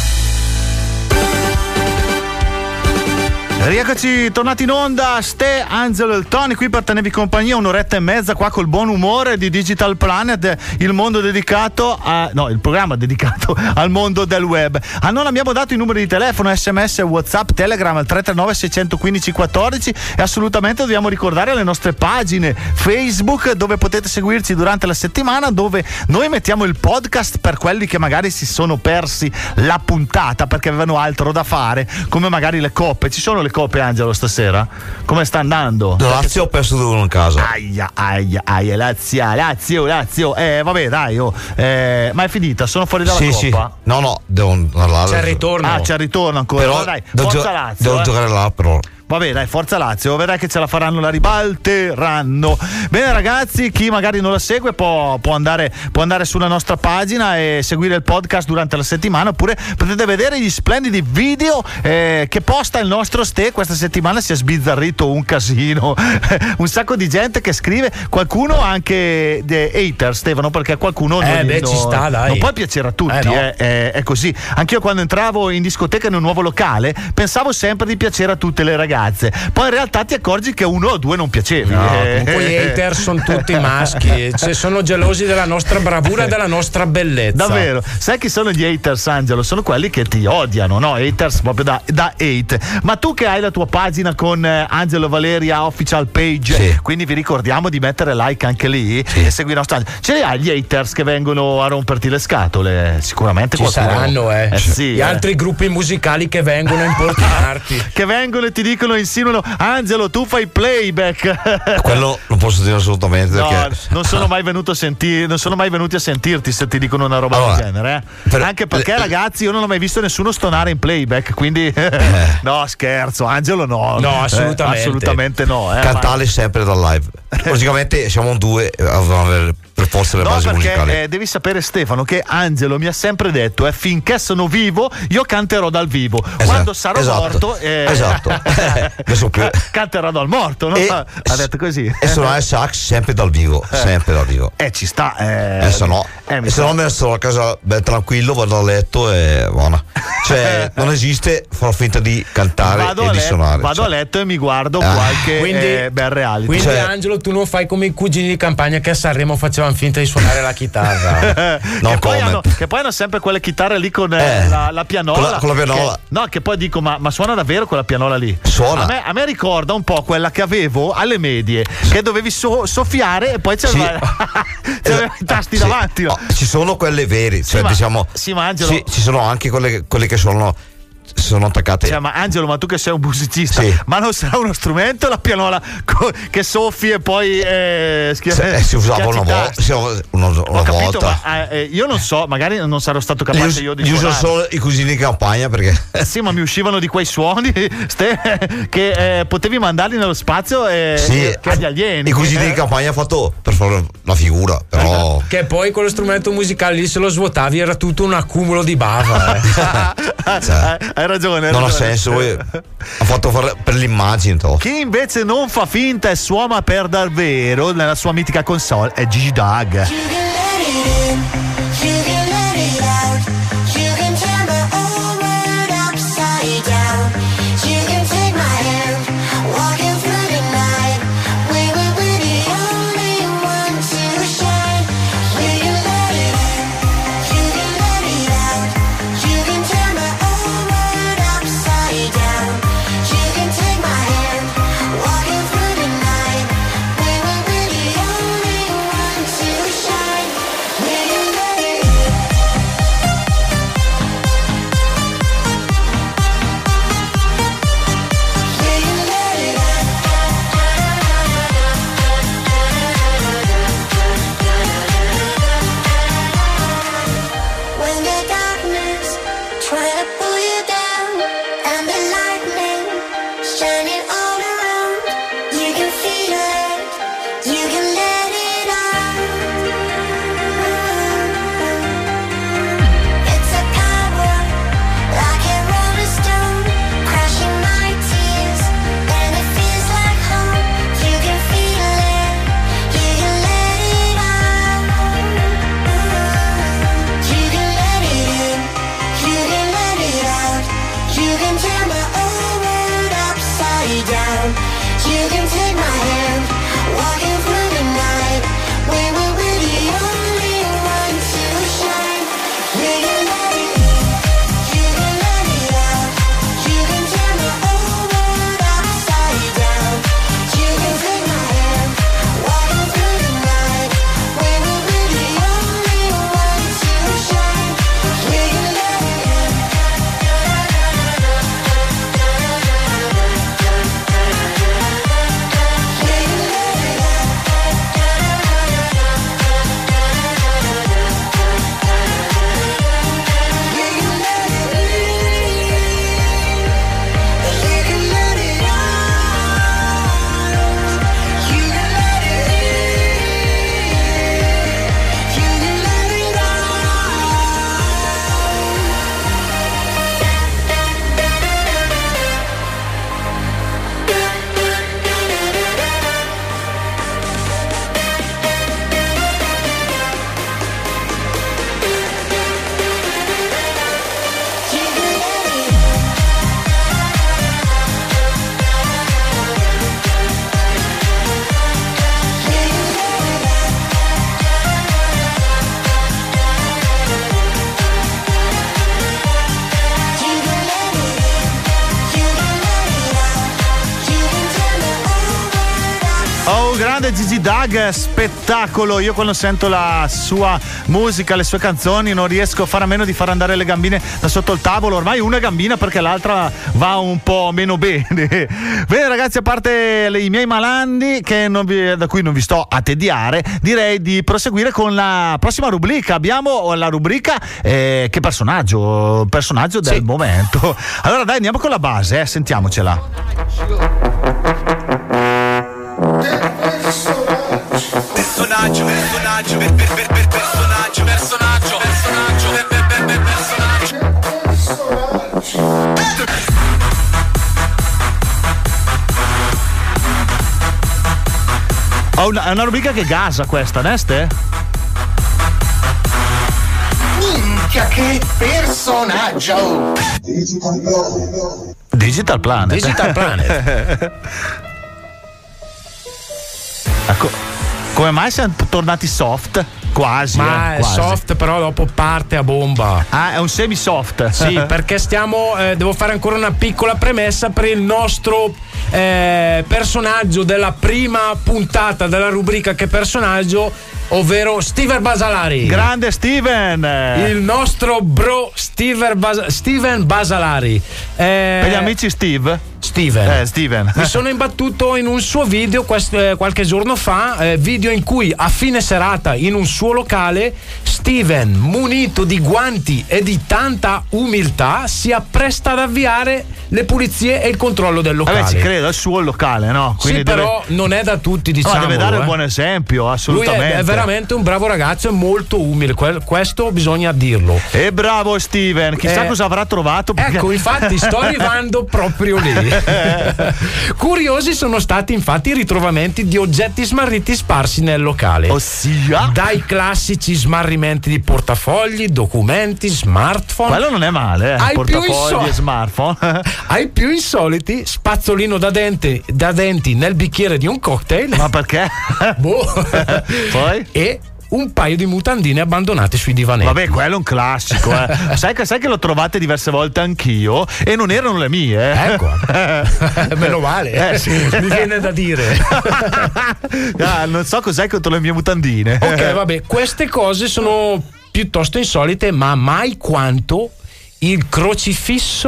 Rieccoci, tornati in onda, Ste, Angelo e il Tony qui per tenervi compagnia un'oretta e mezza qua col buon umore di Digital Planet, il mondo dedicato a, no, il programma dedicato al mondo del web. A non abbiamo dato i numeri di telefono, sms, whatsapp, telegram al tre tre nove sei uno cinque uno quattro e assolutamente dobbiamo ricordare le nostre pagine Facebook dove potete seguirci durante la settimana, dove noi mettiamo il podcast per quelli che magari si sono persi la puntata perché avevano altro da fare, come magari le coppe. Ci sono le coppe, Angelo, stasera? Come sta andando? Lazio ho perso due uno in casa. Aia, aia, aia, Lazio, Lazio, Lazio. Eh, vabbè, dai, oh. Eh, ma è finita? Sono fuori dalla Sì, coppa? sì. No, no, devo parlare. C'è il ritorno. Ah, c'è il ritorno ancora. Però Però dai, devo forza gio- Lazio. Devo eh. giocare là, però. Vabbè, dai, forza Lazio, vedrai che ce la faranno, la ribalteranno. Bene ragazzi, chi magari non la segue può, può, andare, può andare sulla nostra pagina e seguire il podcast durante la settimana, oppure potete vedere gli splendidi video eh, che posta il nostro Ste. Questa settimana si è sbizzarrito un casino, un sacco di gente che scrive, qualcuno anche de hater, Stefano, perché qualcuno Eh, non, beh, non, ci sta, dai. non può piacere a tutti, Eh, no. eh, è, è così. Anch'io quando entravo in discoteca in un nuovo locale pensavo sempre di piacere a tutte le ragazze, poi in realtà ti accorgi che uno o due non piacevi. No, eh. comunque gli hater sono tutti maschi, cioè, sono gelosi della nostra bravura e della nostra bellezza. Davvero, sai chi sono gli haters, Angelo? Sono quelli che ti odiano, no? Haters proprio da, da hate. Ma tu che hai la tua pagina con eh, Angelo Valeria Official Page, Sì. quindi vi ricordiamo di mettere like anche lì Sì. e segui il nostro Angelo. Ce li hai gli haters che vengono a romperti le scatole? Sicuramente Ci qualcuno. saranno, eh. sì, Gli eh. altri gruppi musicali che vengono a importunarti. Che vengono e ti dicono, insinuano, Angelo, tu fai playback. Quello non posso dire assolutamente. No, perché... non sono mai venuto a sentire, non sono mai venuti a sentirti se ti dicono una roba Allora, del genere, eh? per- Anche perché, eh, ragazzi, io non ho mai visto nessuno stonare in playback, quindi no, scherzo, Angelo no. No, assolutamente. Eh, assolutamente no. Eh, Cantare sempre dal live. Logicamente siamo due, eh, dobbiamo avere per forza le No, basi musicali. perché eh, devi sapere, Stefano, che Angelo mi ha sempre detto eh, finché sono vivo io canterò dal vivo. Quando sarò esatto, morto eh, esatto. Adesso più- canterò dal morto, no? E- Ha detto così. E suonare sax sempre dal vivo, sempre dal vivo. Eh, ci sta. Eh, E se no, eh, mi e se sa- no me ne sto a casa ben tranquillo, vado a letto e buona. Cioè, non esiste, farò finta di cantare vado, e a, di let- suonare. vado cioè. a letto e mi guardo Ah. qualche Quindi- eh, bel reality. Quindi Cioè- Angelo, tu non fai come i cugini di campagna che a Sanremo facevano finta di suonare la chitarra. No, che, poi come? hanno, che poi hanno sempre quelle chitarre lì con eh, Eh, la, la pianola. con la- con la pianola. Che- no, che poi dico, ma, ma suona davvero quella pianola lì? Suona. A me, a me ricorda un po' quella che avevo alle medie, che dovevi so- soffiare e poi c'aveva, c'aveva i tasti Sì. davanti. no? No, ci sono quelle vere, cioè ma- diciamo. sì, ma Angelo- Sì, ci sono anche quelle, quelle che sono, sono attaccate. Cioè, ma Angelo, ma tu che sei un musicista, Sì. ma non sarà uno strumento la pianola co- che soffi e poi eh, schia- Se- eh, si usava schiacci una, i vo- tasti? si usava una, una Ho capito, volta. ma eh, io non so, magari non sarò stato Io, capace io di io uso suonare. solo i cugini di campagna perché. Eh sì, ma mi uscivano di quei suoni ste, che eh, potevi mandarli nello spazio e Sì, che agli alieni. i cugini di campagna hanno fatto per fare la figura, però. Che poi quello strumento musicale lì, se lo svuotavi, era tutto un accumulo di bava. Eh. Cioè, hai ragione. hai non ha ragione. senso, voi- ha fatto fare per l'immagine. toh. Chi invece non fa finta e suona per davvero nella sua mitica console è Gigi Dag. Walking through the night, we it all around. You can feel it, you can let it out. It's a power like a rolling stone, crushing my tears, and it feels like home. You can feel it, you can let it out. You can let it in, you can let it out. You can turn my whole world upside down. You can take my hand, walking through the night. We will be the only ones to shine. We can let it in, you can let it out. You can turn my whole world upside down. You can take my hand, walking through the night. We will be the only ones to shine. We can let it in. Oh, grande Gigi Doug, spettacolo. Io quando sento la sua musica, le sue canzoni, non riesco a fare a meno di far andare le gambine da sotto il tavolo. Ormai una gambina perché l'altra va un po' meno bene. Bene ragazzi, a parte le, i miei malandi che non vi, da cui non vi sto a tediare, direi di proseguire con la prossima rubrica. Abbiamo la rubrica eh, che personaggio personaggio del Sì. momento. Allora dai, andiamo con la base, eh, sentiamocela. Personaggio, personaggio, per, per, per, per, personaggio, personaggio, personaggio, per, per, per, per, personaggio. Ho una, è una rubrica che gasa questa, Neste? Minchia, che personaggio! Digital Planet. Digital Planet. Ecco, come mai siamo tornati soft? Quasi. Ma eh, è quasi. soft, però dopo parte a bomba. Ah, è un semi-soft. Sì, perché stiamo. Eh, devo fare ancora una piccola premessa per il nostro eh, personaggio della prima puntata della rubrica Che personaggio, ovvero Steven Basalari. Grande Steven! Il nostro bro Steven, Bas- Steven Basalari. Eh, Per gli amici Steve? Steven. Eh, Steven. Mi sono imbattuto in un suo video quest- eh, qualche giorno fa, eh, video in cui a fine serata in un suo locale Steven, munito di guanti e di tanta umiltà, si appresta ad avviare le pulizie e il controllo del locale. Vabbè, ci credo, è il suo locale, no? Quindi sì, deve... però non è da tutti, diciamo. No, deve dare eh. un buon esempio, assolutamente. Lui è, è veramente un bravo ragazzo e molto umile, que- questo bisogna dirlo. E bravo Steven, chissà Eh, cosa avrà trovato. Perché... Ecco, infatti sto arrivando proprio lì. Curiosi sono stati infatti i ritrovamenti di oggetti smarriti sparsi nel locale. Ossia? Dai classici smarrimenti di portafogli, documenti, smartphone. Quello non è male, eh. Ai più Portafogli inso- e smartphone. Ai più insoliti, spazzolino da denti, da denti nel bicchiere di un cocktail. Ma perché? Boh. Poi? E un paio di mutandine abbandonate sui divanetti. Vabbè, quello è un classico, eh. sai, che, sai che l'ho trovate diverse volte anch'io e non erano le mie, eh. Ecco. Meno male, eh, sì. Mi viene da dire. Ah, non so cos'è contro le mie mutandine. Ok, vabbè, queste cose sono piuttosto insolite, ma mai quanto il crocifisso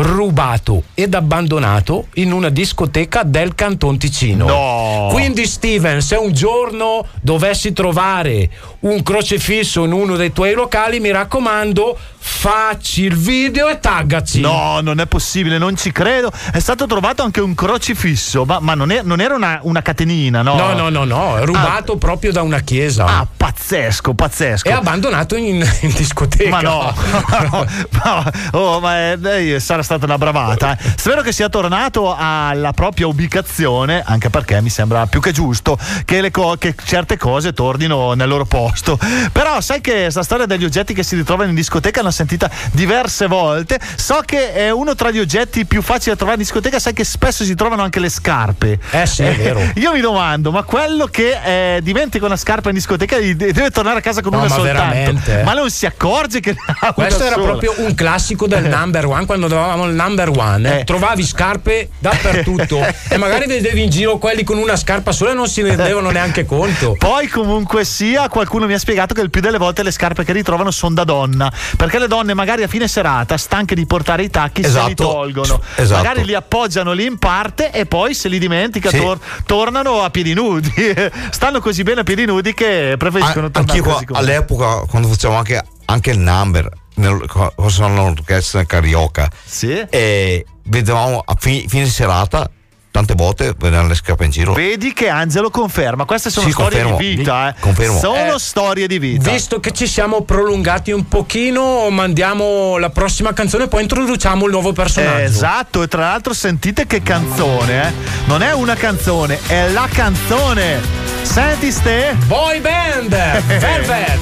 rubato ed abbandonato in una discoteca del Canton Ticino. No. Quindi Steven, se un giorno dovessi trovare un crocefisso in uno dei tuoi locali, mi raccomando, facci il video e taggaci. No, non è possibile, non ci credo. È stato trovato anche un crocifisso, ma, ma non, è, non era una, una catenina, no? No, no, no, no, è rubato ah. proprio da una chiesa. Ah, pazzesco, pazzesco. E abbandonato in, in discoteca. Ma no, ma, oh, ma è, dai, sarà stata una bravata. Eh. Spero che sia tornato alla propria ubicazione, anche perché mi sembra più che giusto che, le co- che certe cose tornino nel loro posto. Però sai che questa storia degli oggetti che si ritrovano in discoteca l'ho sentita diverse volte. So che è uno tra gli oggetti più facili da trovare in discoteca, sai che spesso si trovano anche le scarpe. Eh sì, è vero. Io mi domando, ma quello che eh, dimentica una scarpa in discoteca deve tornare a casa con no, una ma soltanto. Veramente? Ma non si accorge che questo era sola. proprio un classico del number one, quando avevamo il number one, eh. trovavi scarpe dappertutto e magari vedevi in giro quelli con una scarpa sola e non si rendevano neanche conto. Poi comunque sia, qualcuno mi ha spiegato che il più delle volte le scarpe che ritrovano sono da donna, perché le donne magari a fine serata, stanche di portare i tacchi, esatto. se li tolgono, esatto. magari li appoggiano lì in parte e poi se li dimentica sì. tor- tornano a piedi nudi. Stanno così bene a piedi nudi che preferiscono An- tornare anch'io così qua, all'epoca quando facevamo anche, anche il number nel, nell'orchestra carioca, sì. e vedevamo a fi- fine serata tante volte vedevano le scarpe in giro. Vedi che Angelo conferma, queste sono sì, storie confermo. di vita, eh. Confermo. Sono Eh, storie di vita. Visto che ci siamo prolungati un pochino, mandiamo la prossima canzone e poi introduciamo il nuovo personaggio. Esatto, e tra l'altro sentite che canzone, eh? Non è una canzone, è la canzone. Senti ste? Boy band Velvet.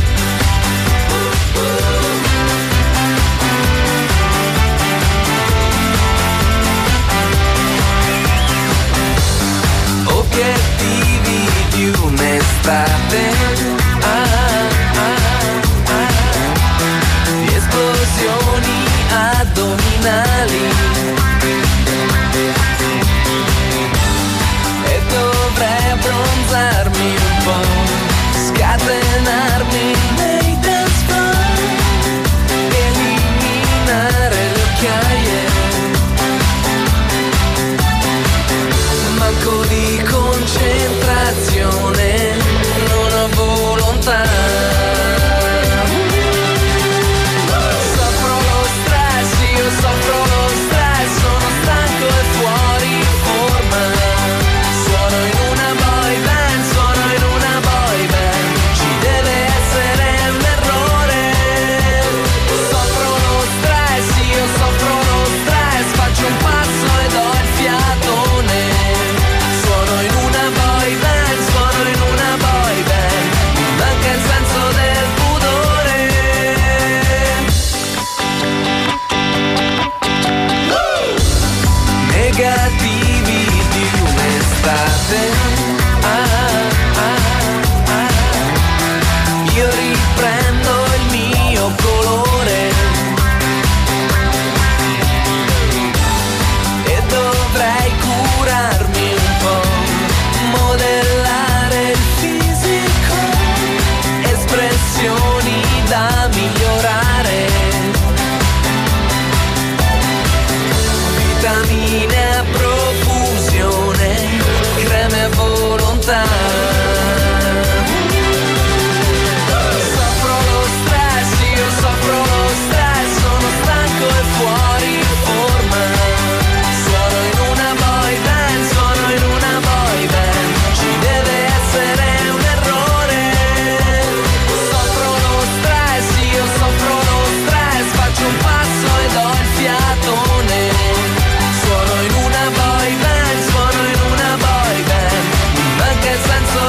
Obiettivi di un'estate, ah, ah, ah, di esplosioni addominali, e dovrei abbronzarmi un po', scatenarmi nei dance floor, eliminare le occhiaie, manco di concentrazione, non ho volontà. Soffro lo stress, io soffro lo stress, sono stanco e fuori forma. Suono in una boy band, suono in una boy band, ci deve essere un errore. Soffro lo stress, io soffro lo stress, faccio un passo e do il fiatone. Suono in una boy band, suono in una boy band, mi manca il senso del pudore. Negativi di un'estate, ah, ah, ah, io riprendo il mio colore e dovrei curarmi un po', modellare il fisico, espressioni da migliorare, vitamine a profusione, creme a volontà. Soffro lo stress, io soffro lo stress, sono stanco e fuori forma. Suono in una boy band, suono in una boy band, ci deve essere un errore. Soffro lo stress, io soffro lo stress, faccio un passo e do il fiatone. Suono in una boy band, suono in una boy band, mi manca il senso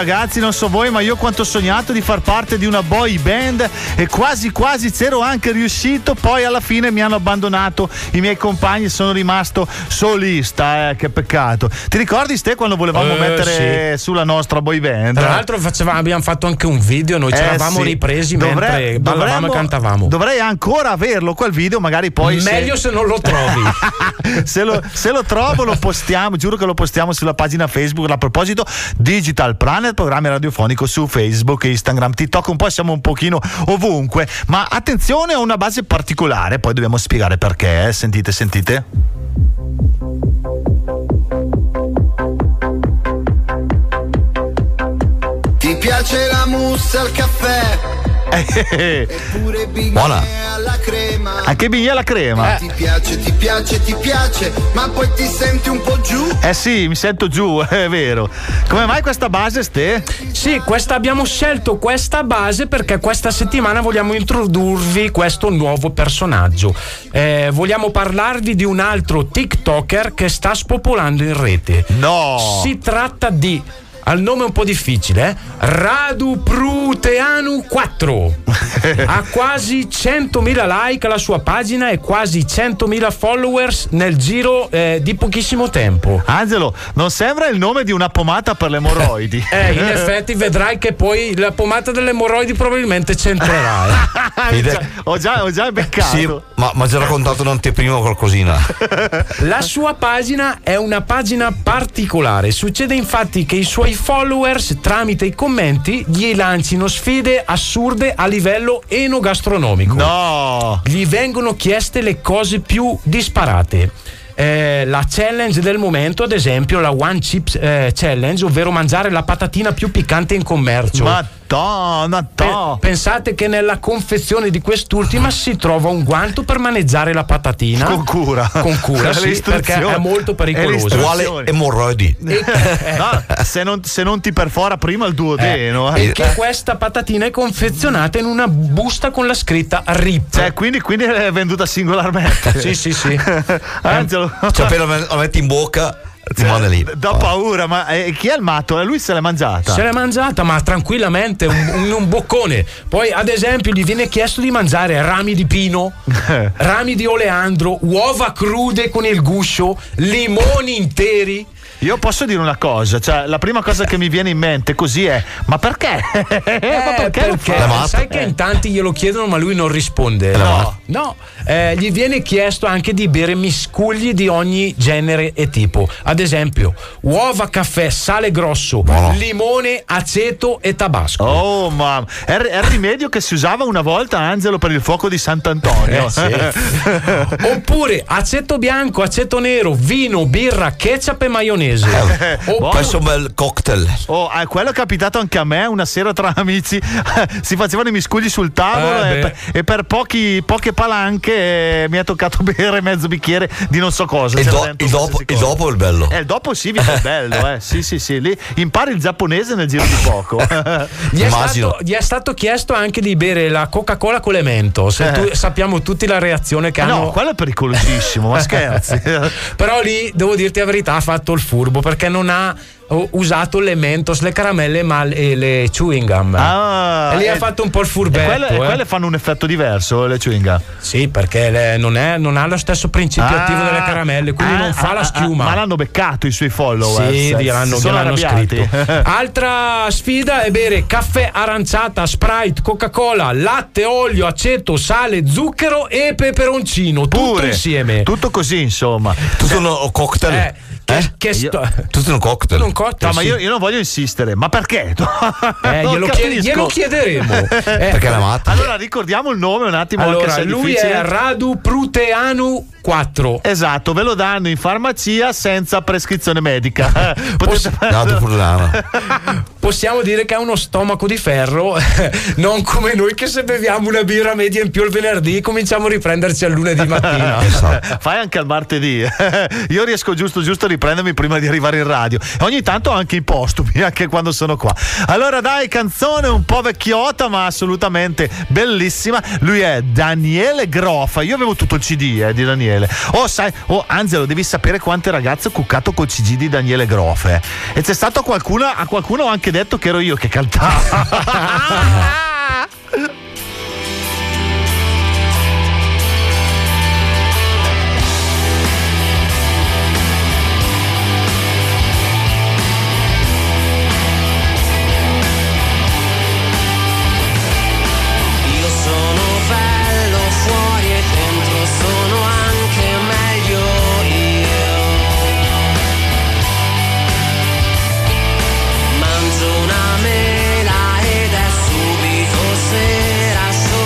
ragazzi, non so voi, ma io quanto ho sognato di far parte di una boy band e quasi quasi c'ero anche riuscito, poi alla fine mi hanno abbandonato i miei compagni e sono rimasto solista, eh, che peccato. Ti ricordi Ste quando volevamo Eh, mettere sì. sulla nostra boy band? Tra l'altro facevamo, abbiamo fatto anche un video, noi ci Eh, eravamo sì. ripresi Dovre- mentre ballavamo dovremmo- e cantavamo. Dovrei ancora averlo quel video, magari poi Meglio se non lo trovi. se, lo, se lo trovo lo postiamo, giuro che lo postiamo sulla pagina Facebook. A proposito, Digital Planet, programma radiofonico su Facebook, Instagram, TikTok, un po' siamo un pochino ovunque, ma attenzione, a una base particolare, poi dobbiamo spiegare perché, eh. Sentite, sentite. Ti piace la mousse al caffè? Eppure Buona. alla crema. Anche bignè alla crema. Ti piace, ti piace, ti piace, ma poi ti senti un po' giù. Eh sì, mi sento giù, è vero. Come mai questa base, Ste? Sì, questa, abbiamo scelto questa base perché questa settimana vogliamo introdurvi questo nuovo personaggio. Eh, vogliamo parlarvi di un altro TikToker che sta spopolando in rete. No! Si tratta di, al nome un po' difficile, eh? Radu Pruteanu quattro. Ha quasi centomila like alla sua pagina e quasi centomila followers nel giro eh, di pochissimo tempo. Angelo, non sembra il nome di una pomata per le emorroidi? Eh, in effetti vedrai che poi la pomata delle emorroidi probabilmente c'entrerà. Eh. Già- ho, già, ho già beccato. Sì, ma, ma già raccontato un'anteprima o qualcosina. La sua pagina è una pagina particolare. Succede infatti che i suoi followers, tramite i commenti, gli lancino sfide assurde a livello enogastronomico. No! Gli vengono chieste le cose più disparate. Eh, la challenge del momento, ad esempio, la One Chips eh, Challenge, ovvero mangiare la patatina più piccante in commercio. Madonna, Pe- pensate che nella confezione di quest'ultima si trova un guanto per maneggiare la patatina Con cura. con cura, Le sì, istruzioni. perché è molto pericoloso. Uguale emorroidi. No, se, non, se non ti perfora prima il duodeno. Eh, Eh. perché questa patatina è confezionata in una busta con la scritta R I P. Cioè, quindi, quindi è venduta singolarmente. Sì, sì, sì. Angelo, Cioè, appena la metti in bocca, ti manda lì. da paura, ma eh, chi è il matto? Eh, Lui se l'è mangiata. Se l'è mangiata, ma tranquillamente, un, un, un boccone. Poi, ad esempio, gli viene chiesto di mangiare rami di pino, rami di oleandro, uova crude con il guscio, limoni interi. Io posso dire una cosa, cioè la prima cosa che mi viene in mente così è: ma perché? Eh, ma perché, lo perché fa? sai che in tanti glielo chiedono ma lui non risponde. No, no. Eh, gli viene chiesto anche di bere miscugli di ogni genere e tipo. Ad esempio, uova, caffè, sale grosso, Buono. limone, aceto e tabasco. Oh mamma, è, il- è il rimedio che si usava una volta, Angelo, per il fuoco di Sant'Antonio. Eh, sì. Oppure aceto bianco, aceto nero, vino, birra, ketchup e maionese. Buono. Questo è un bel cocktail. Oh, eh, quello è capitato anche a me una sera tra amici. Si facevano i miscugli sul tavolo Eh, e, beh. per, e per pochi, poche palanche eh, mi è toccato bere mezzo bicchiere di non so cosa. Il, C'era do- dentro il dopo, qualsiasi il cosa. dopo è il bello. Eh, il dopo sì, viene bello, eh. Sì, sì, sì. Lì impari il giapponese nel giro di poco. Gli è, stato, gli è stato chiesto anche di bere la Coca-Cola con le Mentos. Eh. Tu- sappiamo tutti la reazione che No, hanno. quello è pericolosissimo, ma scherzi. Però lì devo dirti la verità, ha fatto il furbo perché non ha ho usato le Mentos, le caramelle ma e le chewing gum. Ah, e lì e- ha fatto un po' il E furbetto. quelle, e eh. quelle fanno un effetto diverso, le chewing gum. Sì, perché le- non, è, non ha lo stesso principio Ah, attivo delle caramelle, quindi ah, non fa ah, la ah, schiuma. ma l'hanno beccato i suoi follower. Sì, gliel'hanno, Si sono gliel'hanno arrabbiati. scritto. Altra sfida è bere caffè aranciata, Sprite, Coca-Cola, latte, olio, aceto, sale, zucchero e peperoncino. Tutto Pure. insieme. Tutto così, insomma. Tutto un cocktail. Eh, che, che sto- Tutto un cocktail. un cocktail, No, ma sì. io, io non voglio insistere, ma perché? Eh, Non glielo, chied- capisco. glielo chiederemo. Eh, Perché la matta. Allora ricordiamo il nome un attimo. anche allora, se è lui difficile. è Radu Pruteanu quattro. Esatto, ve lo danno in farmacia senza prescrizione medica. Potete No, tu pure là, Possiamo dire che ha uno stomaco di ferro, non come noi che se beviamo una birra media in più il venerdì cominciamo a riprenderci al lunedì mattina. Fai anche al martedì. Io riesco giusto giusto a riprendermi prima di arrivare in radio. E ogni tanto anche i postumi, anche quando sono qua. Allora dai, canzone un po' vecchiotta ma assolutamente bellissima. Lui è Daniele Groff. Io avevo tutto il C D eh, di Daniele. Daniele. Oh, sai, oh, Angelo, devi sapere quante ragazze ho cuccato col C G di Daniele Grofe. E c'è stato qualcuno, a qualcuno ho anche detto che ero io che cantavo. Una mela ed è subito sera.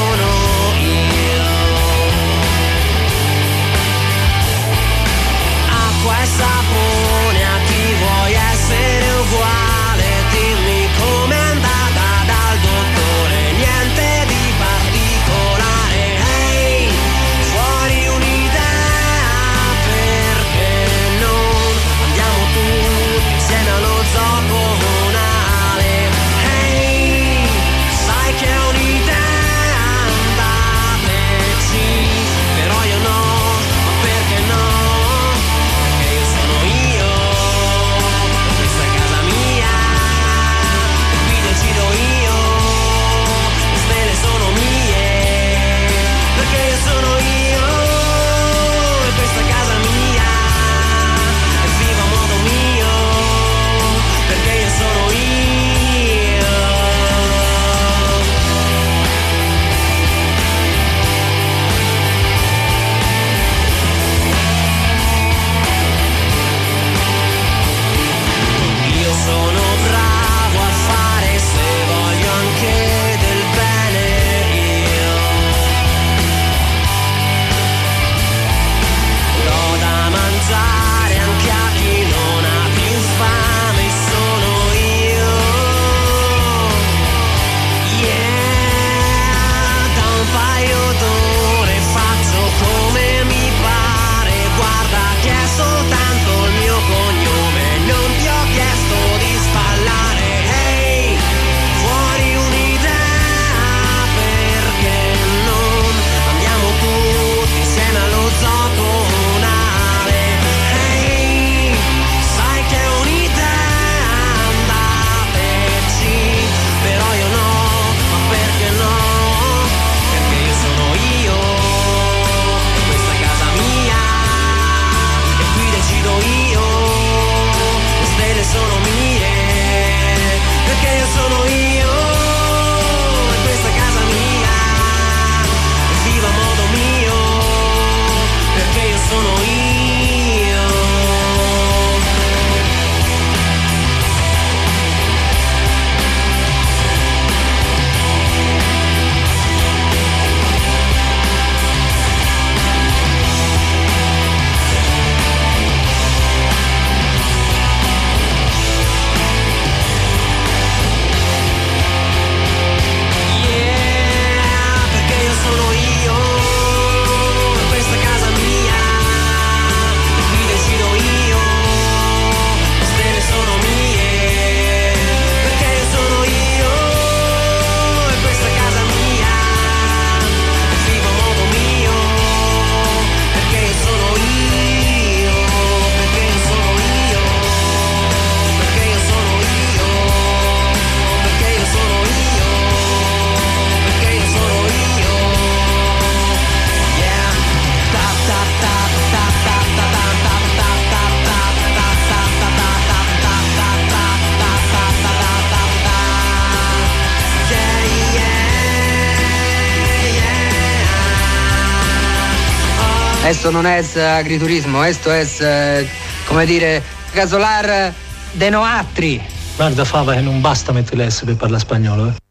Esto non es agriturismo, esto es, eh, come dire, casolar de noatri. Guarda Fava che non basta mettere l'S per parlare spagnolo, eh.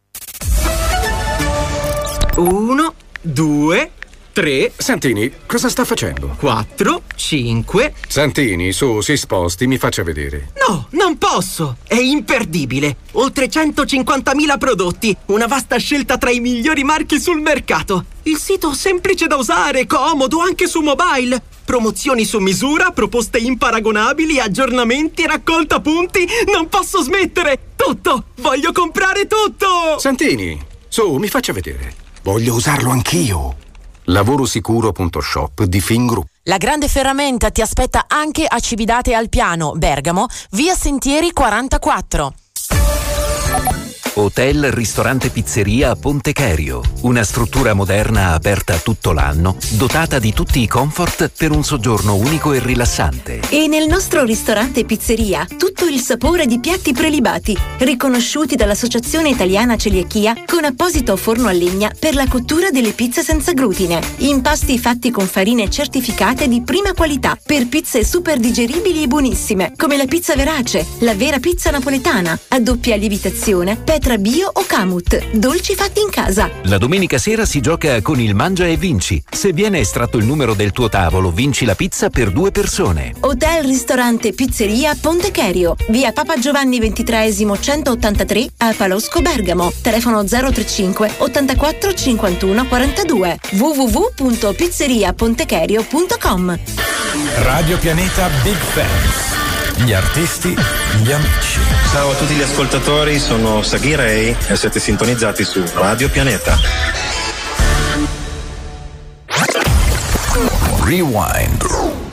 Uno, due, tre. Santini, cosa sta facendo? Quattro, cinque. Santini, su, si sposti, mi faccia vedere. No, non posso! È imperdibile! Oltre centocinquantamila prodotti, una vasta scelta tra i migliori marchi sul mercato. Il sito semplice da usare, comodo anche su mobile. Promozioni su misura, proposte imparagonabili, aggiornamenti, raccolta punti. Non posso smettere! Tutto! Voglio comprare tutto! Santini, su, mi faccia vedere. Voglio usarlo anch'io. Lavorosicuro punto shop di Fingroup. La grande ferramenta ti aspetta anche a Cividate al Piano, Bergamo, via Sentieri quarantaquattro. Hotel, ristorante, pizzeria a Ponte Cherio. Una struttura moderna aperta tutto l'anno, dotata di tutti i comfort per un soggiorno unico e rilassante. E nel nostro ristorante e pizzeria tutto il sapore di piatti prelibati, riconosciuti dall'Associazione Italiana Celiachia, con apposito forno a legna per la cottura delle pizze senza glutine. Impasti fatti con farine certificate di prima qualità per pizze super digeribili e buonissime, come la pizza verace, la vera pizza napoletana, a doppia lievitazione, petra bio o camut, dolci fatti in casa. La domenica sera si gioca con il Mangia e Vinci. Se viene estratto il numero del tuo tavolo, vinci la pizza per due persone. Hotel, ristorante, pizzeria Ponte Cherio, via Papa Giovanni ventitreesimo centottantatré a Palosco, Bergamo. Telefono zero trentacinque ottantaquattro cinquantuno quarantadue. w w w punto pizzeria pontecherio punto com. Radio Pianeta Big Fans. Gli artisti, gli amici. Ciao a tutti gli ascoltatori, sono Saghi Ray e siete sintonizzati su Radio Pianeta. Rewind.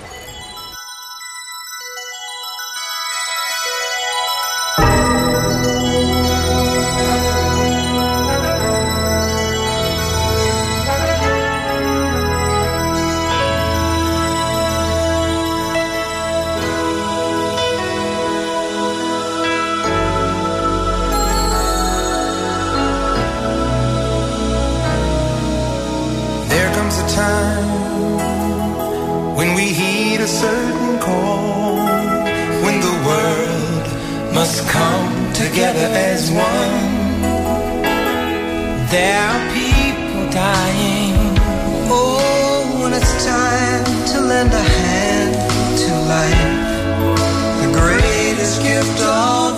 When we heed a certain call, when the world must come together as one. There are people dying. Oh, when it's time to lend a hand to life, the greatest gift of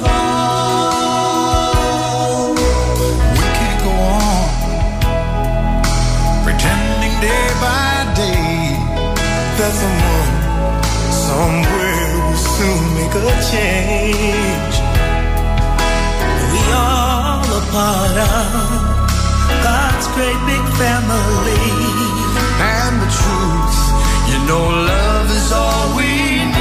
all. We can't go on pretending day by day that someone somewhere will soon make a change. We all a part of God's great big family. And the truth, you know, love is all we need.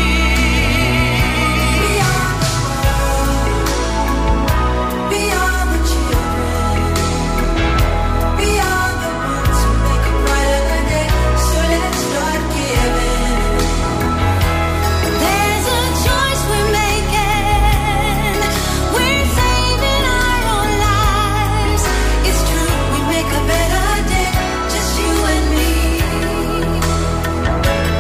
Beyond the world, beyond the children, beyond the ones who make a brighter day. So let's start giving. There's a choice we're making. We're saving our own lives. It's true, we make a better day, just you and me.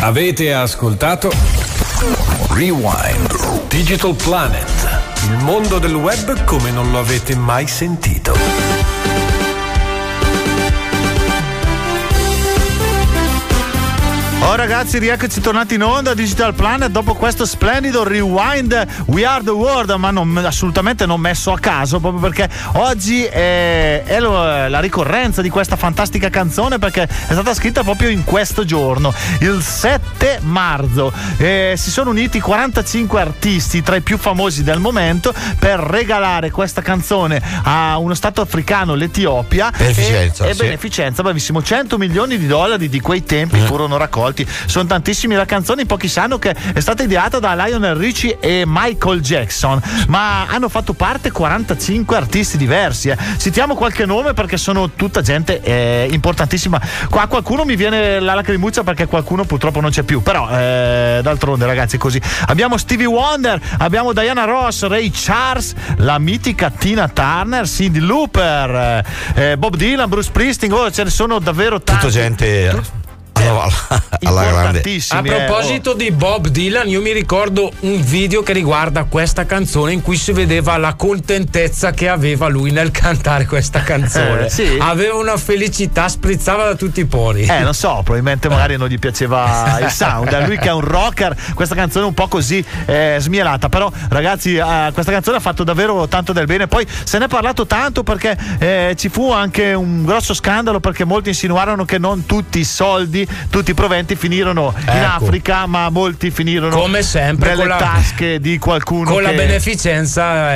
Avete ascoltato Rewind Digital Planet, il mondo del web come non lo avete mai sentito. Oh ragazzi, rieccoci tornati in onda Digital Planet dopo questo splendido Rewind We Are The World, ma non, assolutamente non messo a caso, proprio perché oggi è, è lo, la ricorrenza di questa fantastica canzone, perché è stata scritta proprio in questo giorno, il sette marzo. Eh, si sono uniti quarantacinque artisti tra i più famosi del momento per regalare questa canzone a uno stato africano, l'Etiopia. Beneficenza, e, e sì. beneficenza, bravissimo. cento milioni di dollari di quei tempi mm. furono raccolti. Sono tantissimi. La canzone in pochi sanno che è stata ideata da Lionel Richie e Michael Jackson, ma hanno fatto parte quarantacinque artisti diversi. Eh. Citiamo qualche nome perché sono tutta gente eh, importantissima. Qua qualcuno mi viene la lacrimuccia perché qualcuno purtroppo non c'è più, però eh, d'altronde ragazzi è così. Abbiamo Stevie Wonder, abbiamo Diana Ross, Ray Charles, la mitica Tina Turner, Cyndi Lauper, eh, Bob Dylan, Bruce Springsteen. Oh, ce ne sono davvero tanti. Tutta gente Tut- alla, alla grande. A proposito di Bob Dylan, io mi ricordo un video che riguarda questa canzone in cui si vedeva la contentezza che aveva lui nel cantare questa canzone. Eh, sì. Aveva una felicità, sprizzava da tutti i pori. Eh, non so, probabilmente magari non gli piaceva il sound. A lui che è un rocker, questa canzone è un po' così eh, smielata. Però, ragazzi, eh, questa canzone ha fatto davvero tanto del bene. Poi se ne è parlato tanto perché eh, ci fu anche un grosso scandalo, perché molti insinuarono che non tutti i soldi, tutti i proventi finirono ecco. in Africa, ma molti finirono come sempre nelle con la, tasche di qualcuno con che... la beneficenza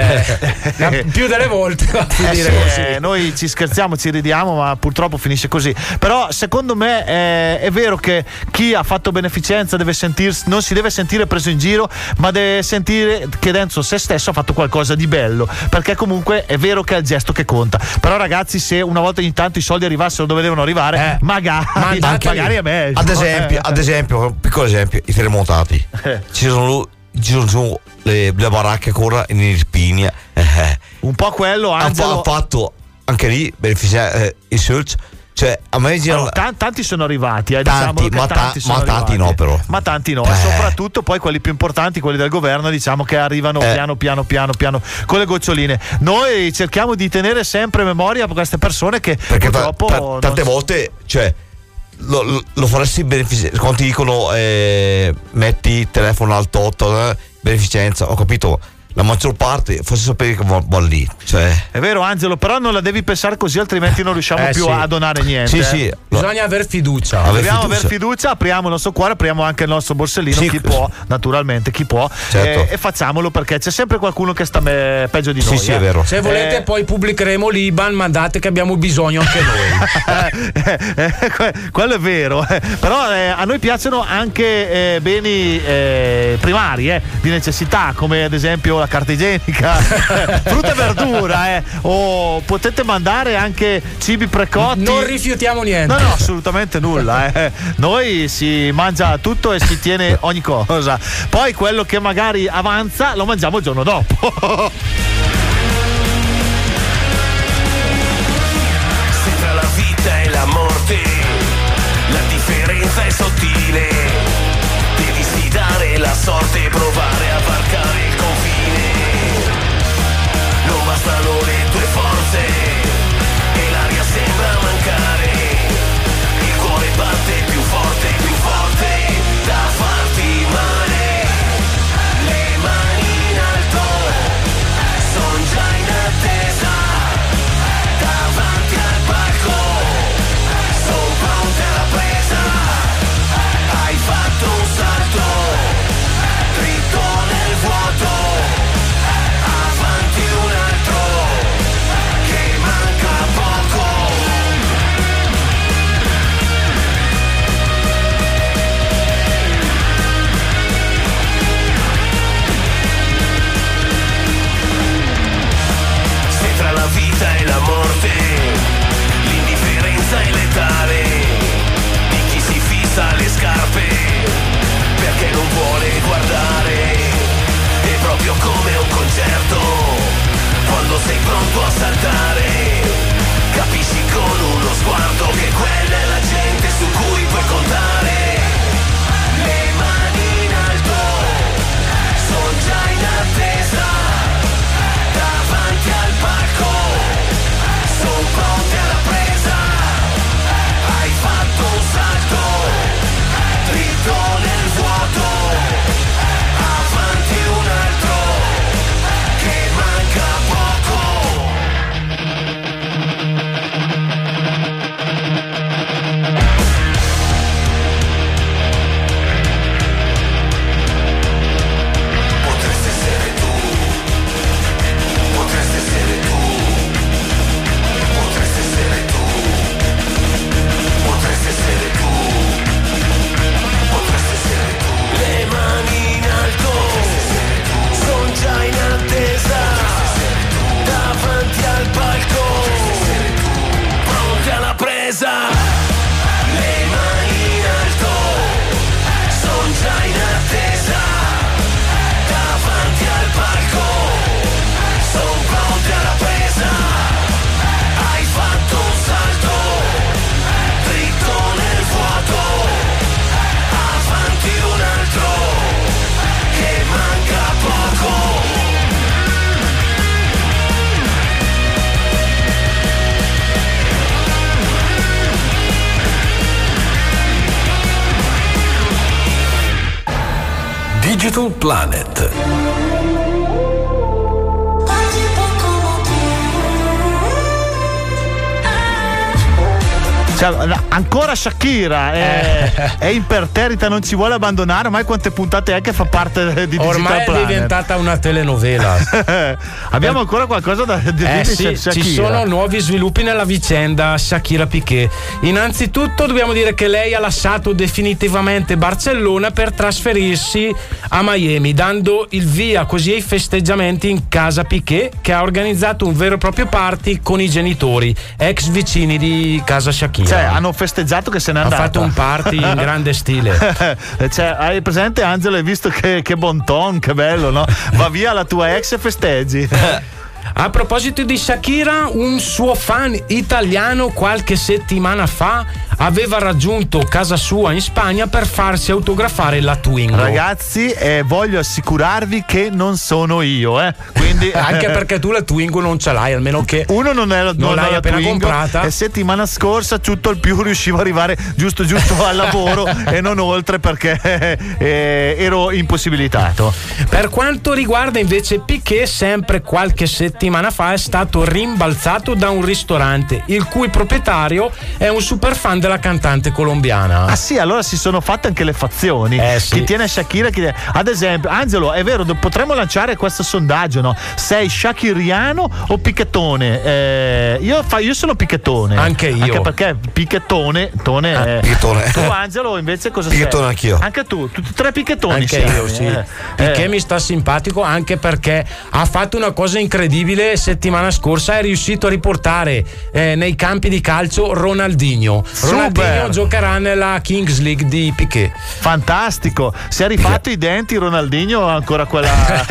eh, più delle volte va a finire eh sì, così. Eh, noi ci scherziamo, ci ridiamo, ma purtroppo finisce così. Però secondo me eh, è vero che chi ha fatto beneficenza deve sentirsi, non si deve sentire preso in giro, ma deve sentire che dentro se stesso ha fatto qualcosa di bello, perché comunque è vero che è il gesto che conta. Però ragazzi, se una volta ogni tanto i soldi arrivassero dove devono arrivare, eh, magari, magari è meglio. Ad esempio, ad esempio, un piccolo esempio, i terremotati. Eh. Ci sono, ci sono le, le baracche ancora in Irpinia. Eh. Un po' quello anche. Ha fatto anche lì beneficiare eh, i search. Cioè, a me allora, tanti, tanti sono arrivati, eh, tanti, diciamo ma, che tanti ta- sono ma tanti arrivati. no, però. Ma tanti no, eh. e soprattutto poi quelli più importanti, quelli del governo, diciamo che arrivano eh. piano piano piano piano con le goccioline. Noi cerchiamo di tenere sempre memoria per queste persone che perché purtroppo ta- ta- tante non... volte, cioè lo, lo, lo faresti beneficenza quando ti dicono eh, metti il telefono al toto eh, beneficenza, ho capito. La maggior parte forse sapere che va, va lì, cioè. È vero Angelo, però non la devi pensare così, altrimenti non riusciamo eh, più sì. a donare niente. Sì, eh. sì. Bisogna aver fiducia. Aver Dobbiamo fiducia. aver fiducia, apriamo il nostro cuore, apriamo anche il nostro borsellino, sì, chi può, naturalmente chi può, certo. eh, e facciamelo, perché c'è sempre qualcuno che sta me- peggio di noi. Sì, sì, eh. è vero. Se volete eh, poi pubblicheremo l'I B A N, mandate che abbiamo bisogno anche noi. eh, eh, quello è vero, eh. Però eh, a noi piacciono anche eh, beni eh, primari, eh, di necessità, come ad esempio la carta igienica. Frutta e verdura, eh. O potete mandare anche cibi precotti. Non rifiutiamo niente. No, no, assolutamente nulla. Eh. Noi si mangia tutto e si tiene ogni cosa. Poi quello che magari avanza lo mangiamo il giorno dopo. Se tra la vita e la morte la differenza è sottile, devi sfidare la sorte e provare a varcare il confine. Non bastano le tue forze e l'aria sembra mancare, il cuore batte più forte, più forte da farti male. Le mani in alto, son già in attesa, davanti al palco, son pronte alla presa. Hai fatto un salto, dritto nel vuoto. Digital Planet. Cioè, ancora Shakira è, eh. è imperterrita, non ci vuole abbandonare. Ormai quante puntate è che fa parte di Digital Ormai Planet? è diventata una telenovela. Abbiamo ancora qualcosa da dire? Eh sì, Shakira. ci sono nuovi sviluppi nella vicenda Shakira Piqué. Innanzitutto dobbiamo dire che lei ha lasciato definitivamente Barcellona per trasferirsi a Miami, dando il via così ai festeggiamenti in casa Piqué, che ha organizzato un vero e proprio party con i genitori, ex vicini di casa Shakira. Cioè, hanno festeggiato che se n'è andata. Ha fatto un party in grande stile. Cioè, hai presente, Angelo? Hai visto che, che bon ton, che bello, no? Va via la tua ex e festeggi. A proposito di Shakira, un suo fan italiano qualche settimana fa aveva raggiunto casa sua in Spagna per farsi autografare la Twingo. Ragazzi, eh, voglio assicurarvi che non sono io, eh. Quindi anche perché tu la Twingo non ce l'hai, almeno che uno non, è, non, non l'hai la appena Twingo, comprata. E settimana scorsa tutto il più riuscivo ad arrivare giusto giusto al lavoro e non oltre, perché eh, ero impossibilitato. Per quanto riguarda invece Piqué, sempre qualche settimana fa è stato rimbalzato da un ristorante il cui proprietario è un super fan della cantante colombiana. Ah sì, allora si sono fatte anche le fazioni. Eh, sì. Chi tiene Shakira, chi tiene... Ad esempio, Angelo, è vero, potremmo lanciare questo sondaggio, no? Sei shakiriano o pichettone? Eh, io, fa, io sono pichettone. Anche io. Anche perché pichettone tone ah, è... pichettone. Tu, Angelo, invece cosa pichettone sei? Pichettone anch'io. Anche tu, tutti tre pichettoni. Anche siamo, io, sì. Eh. Piqué eh. mi sta simpatico anche perché ha fatto una cosa incredibile settimana scorsa, è riuscito a riportare eh, nei campi di calcio Ronaldinho. Super. Ronaldinho giocherà nella Kings League di Piqué. Fantastico. Si è rifatto i denti Ronaldinho, ancora quella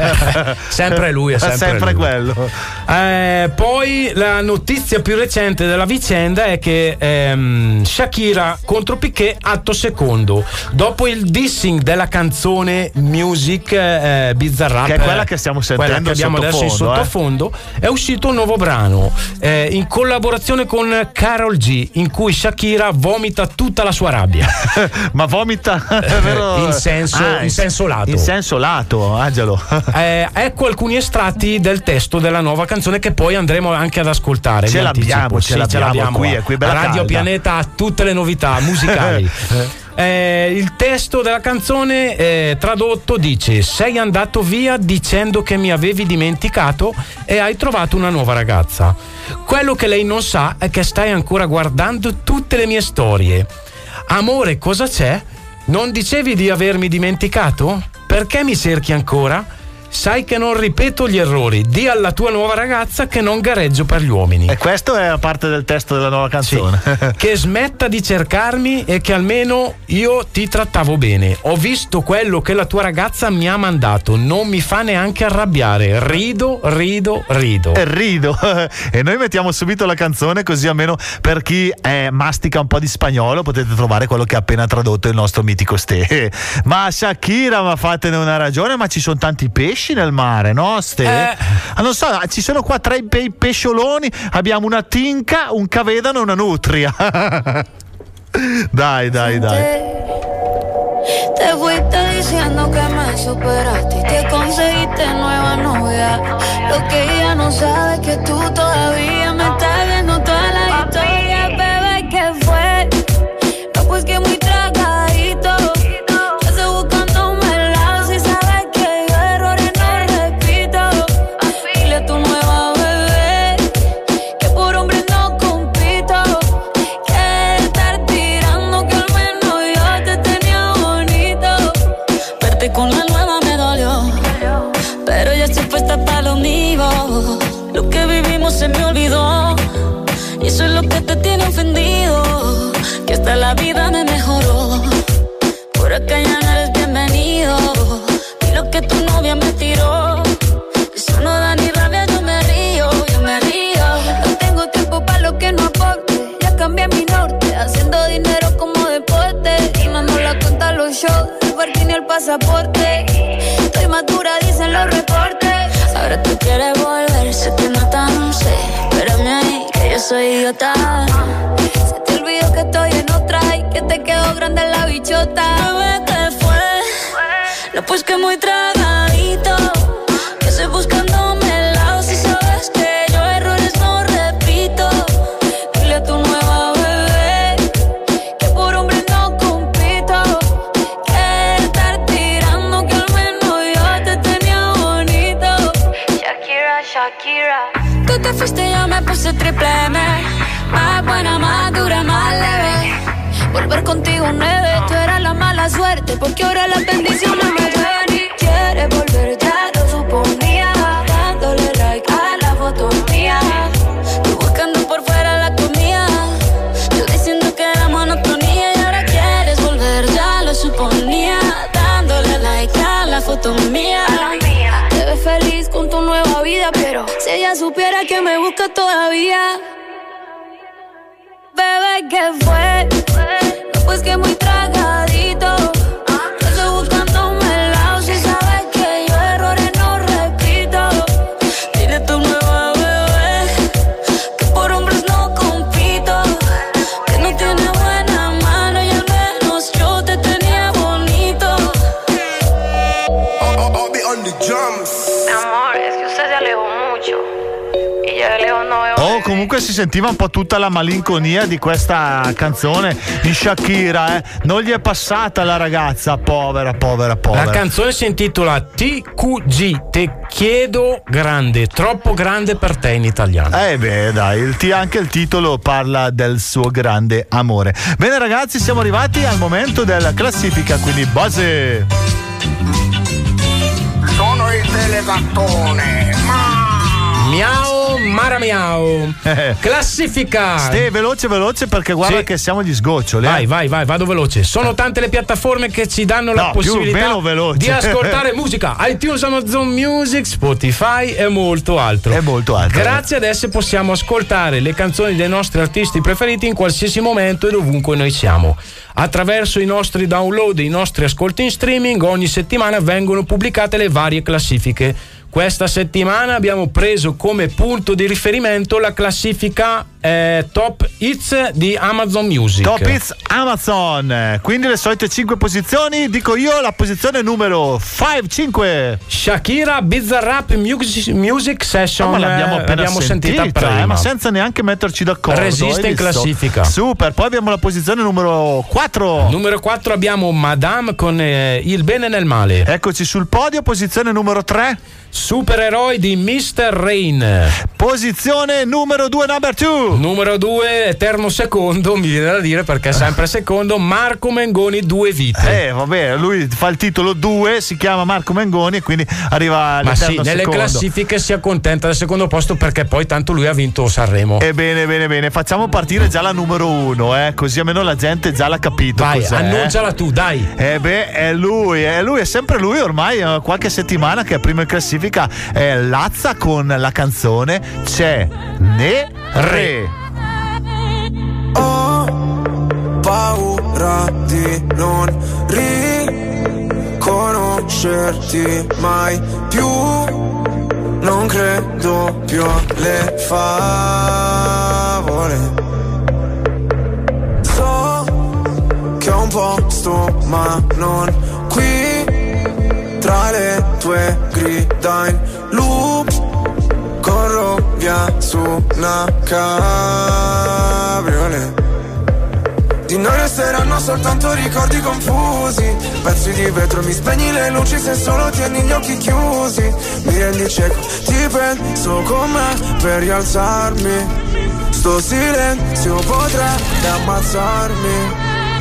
sempre lui, è sempre, sempre lui. quello. Eh, poi la notizia più recente della vicenda è che ehm, Shakira contro Piqué atto secondo, dopo il dissing della canzone Music eh, Bizarrap, che è quella che stiamo sentendo, quella che abbiamo adesso in sottofondo, eh. è uscito un nuovo brano eh, in collaborazione con Karol G, in cui Shakira vomita tutta la sua rabbia. Ma vomita vero? in senso ah, in senso lato. In senso lato, Angelo. eh, ecco alcuni estratti del testo della nuova canzone che poi andremo anche ad ascoltare. Ce l'abbiamo, sì, ce l'abbiamo, ce l'abbiamo qui, è qui bella Radio calda. Pianeta ha tutte le novità musicali. Eh, il testo della canzone eh, tradotto dice: sei andato via dicendo che mi avevi dimenticato e hai trovato una nuova ragazza. Quello che lei non sa è che stai ancora guardando tutte le mie storie. Amore, cosa c'è? Non dicevi di avermi dimenticato? Perché mi cerchi ancora? Sai che non ripeto gli errori. Di alla tua nuova ragazza che non gareggio per gli uomini. E questo è parte del testo della nuova canzone. Sì. Che smetta di cercarmi e che almeno io ti trattavo bene. Ho visto quello che la tua ragazza mi ha mandato. Non mi fa neanche arrabbiare. Rido, rido, rido. E rido. E noi mettiamo subito la canzone, così almeno per chi eh, mastica un po' di spagnolo potete trovare quello che ha appena tradotto il nostro mitico Ste. Ma Shakira, ma fatene una ragione, ma ci sono tanti pesci nel mare, no? Ste? Eh. Ah, non so, ci sono qua tre bei pescioloni, abbiamo una tinca, un cavedano e una nutria. Dai, dai, dai. Te fuiste diciendo que me superaste y que conseguiste nueva novia. Lo que ella no sabe es que tú todavía me estás viendo toda la historia, bebé, ¿qué fue? No, pues que muy tragadito. Con la nueva me dolió, pero ya estoy puesta para lo mío. Lo que vivimos se me olvidó y eso es lo que te tiene ofendido, que hasta la vida me mejoró. Por acá ya no eres bienvenido y lo que tu novia me tiró, eso no da ni rabia, yo me río, yo me río. No tengo tiempo para lo que no aporte, ya cambié mi norte, haciendo dinero como deporte y no nos la cuentan los shows. Ni el pasaporte, estoy madura, dicen los reportes. Ahora tú quieres volver, se te nota, no sé. Espérame ahí, que yo soy idiota. Se te olvidó que estoy en otra y que te quedó grande la bichota. Bebé, ¿qué fue? No Pues que muy tragadito, que estoy buscándome el lado. Si sabes que yo errores no repito. Dile a tu nueva bebé que por hombre no compito. Que estar tirando que al menos yo te tenía bonito. Shakira, Shakira. Tú te fuiste, yo me puse triple M. Más buena, más dura, más leve. Volver contigo nueve, tú eras la mala suerte, porque ahora las bendiciones me llueven y quieres volver, ya lo suponía, dándole like a la foto mía. Tú buscando por fuera la comida, yo diciendo que era monotonía y ahora quieres volver, ya lo suponía, dándole like a la foto mía. Te ves feliz con tu nueva vida, pero si ella supiera que me busca todavía. Bebé, ¿qué fue? Pues que muy tragadito. Yo estoy buscándome el lado. Si sabes que yo errores no repito. Dile a tu nueva bebé que por hombres no compito. Que no tiene buena mano y al menos yo te tenía bonito. Mi amor, es que usted se alejó mucho. Y yo de lejos no veo. Oh, comunque si sentiva un po' tutta la malinconia di questa canzone di Shakira, eh. Non gli è passata la ragazza, povera, povera, povera. La canzone si intitola T Q G, Te chiedo grande, troppo grande per te in italiano. Eh beh, dai, il t- anche il titolo parla del suo grande amore. Bene ragazzi, siamo arrivati al momento della classifica, quindi base. Sono il telegattone. Miau, Mara miau. Classifica. Stai veloce veloce perché guarda Sì. che siamo agli sgoccioli. Vai, eh. vai, vai, vado veloce. Sono tante le piattaforme che ci danno la No, più, possibilità meno veloce. di ascoltare musica. iTunes, Amazon Music, Spotify e molto altro. E molto altro. Grazie ad esse possiamo ascoltare le canzoni dei nostri artisti preferiti in qualsiasi momento e dovunque noi siamo. Attraverso i nostri download e i nostri ascolti in streaming ogni settimana vengono pubblicate le varie classifiche. Questa settimana abbiamo preso come punto di riferimento la classifica eh, Top Hits di Amazon Music. Top Hits Amazon, quindi le solite cinque posizioni, dico io la posizione numero cinque. Shakira Bizarrap Music, music Session. Oh, ma l'abbiamo appena l'abbiamo sentita, sentita prima. eh, ma senza neanche metterci d'accordo. Resiste hai in visto? classifica. Super, poi abbiamo la posizione numero quattro. Numero quattro abbiamo Madame con eh, Il bene nel male. Eccoci sul podio, posizione numero tre. Supereroi di mister Rain. Posizione numero due, number two. Numero due, eterno secondo, mi viene da dire perché è sempre secondo, Marco Mengoni, Due vite. Eh, vabbè, lui fa il titolo due, si chiama Marco Mengoni e quindi arriva Ma sì, all'eterno nelle secondo. classifiche si accontenta del secondo posto perché poi tanto lui ha vinto Sanremo. E bene, bene, bene, facciamo partire già la numero uno, eh, così almeno la gente già l'ha capito. Vai, cos'è, annunciala eh. tu, dai. Eh beh, è lui, è lui, è sempre lui ormai, eh, qualche settimana che è primo in classifica, è Lazza con la canzone C'è Ne Re. Ho paura di non riconoscerti mai più, non credo più alle favole. So che ho un posto ma non qui, tra le tue grida in loop, corro via su una cabriolet. Di noi resteranno soltanto ricordi confusi, pezzi di vetro, mi spegni le luci se solo tieni gli occhi chiusi. Mi rendi cieco, ti penso con me per rialzarmi, sto silenzio potrebbe ammazzarmi.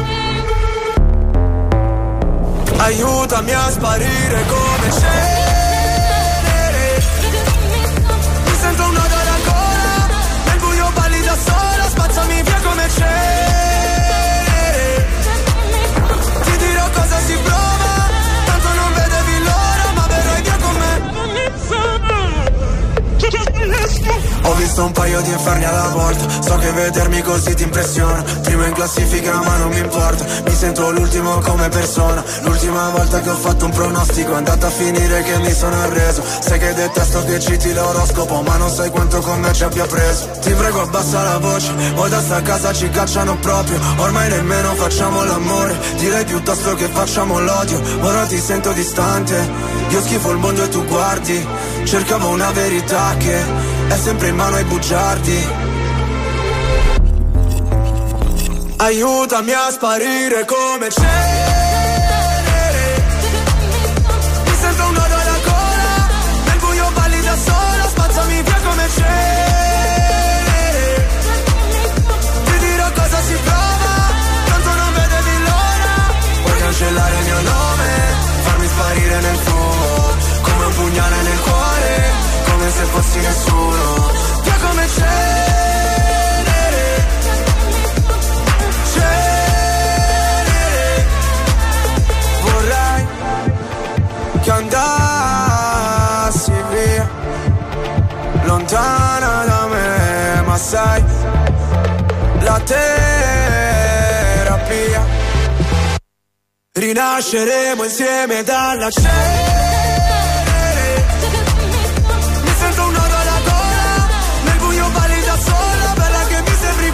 Aiutami a sparire come cenere, mi sento un odore ancora, nel buio balli da sola, spazzami via come cenere. Ti dirò cosa si prova, tanto non vedevi l'ora, ma verrai via con me. Ho visto visto un paio di inferni alla porta. So che vedermi così ti impressiona. Primo in classifica ma non mi importa. Mi sento l'ultimo come persona. L'ultima volta che ho fatto un pronostico è andata a finire che mi sono arreso. Sai che detesto che citi l'oroscopo, ma non sai quanto con me ci abbia preso. Ti prego abbassa la voce, o da sta casa ci cacciano proprio. Ormai nemmeno facciamo l'amore, direi piuttosto che facciamo l'odio. Ora ti sento distante, io schifo il mondo e tu guardi. Cercavo una verità che è sempre in mano ai bugiardi. Aiutami a sparire come cenere. Mi sento un nodo alla gola, nel buio balli da sola, spazzami via come cenere. Ti dirò cosa si prova, tanto non vedevi l'ora. Puoi cancellare il mio nome, farmi sparire nel fuoco, come un pugnale nel cuore, come se fossi nessuno. Via come cenere. Che andassi via, lontana da me, ma sai, la terapia, rinasceremo insieme dalla cenere. Mi sento un nodo alla gola, nel buio balli da sola, bella che mi sembri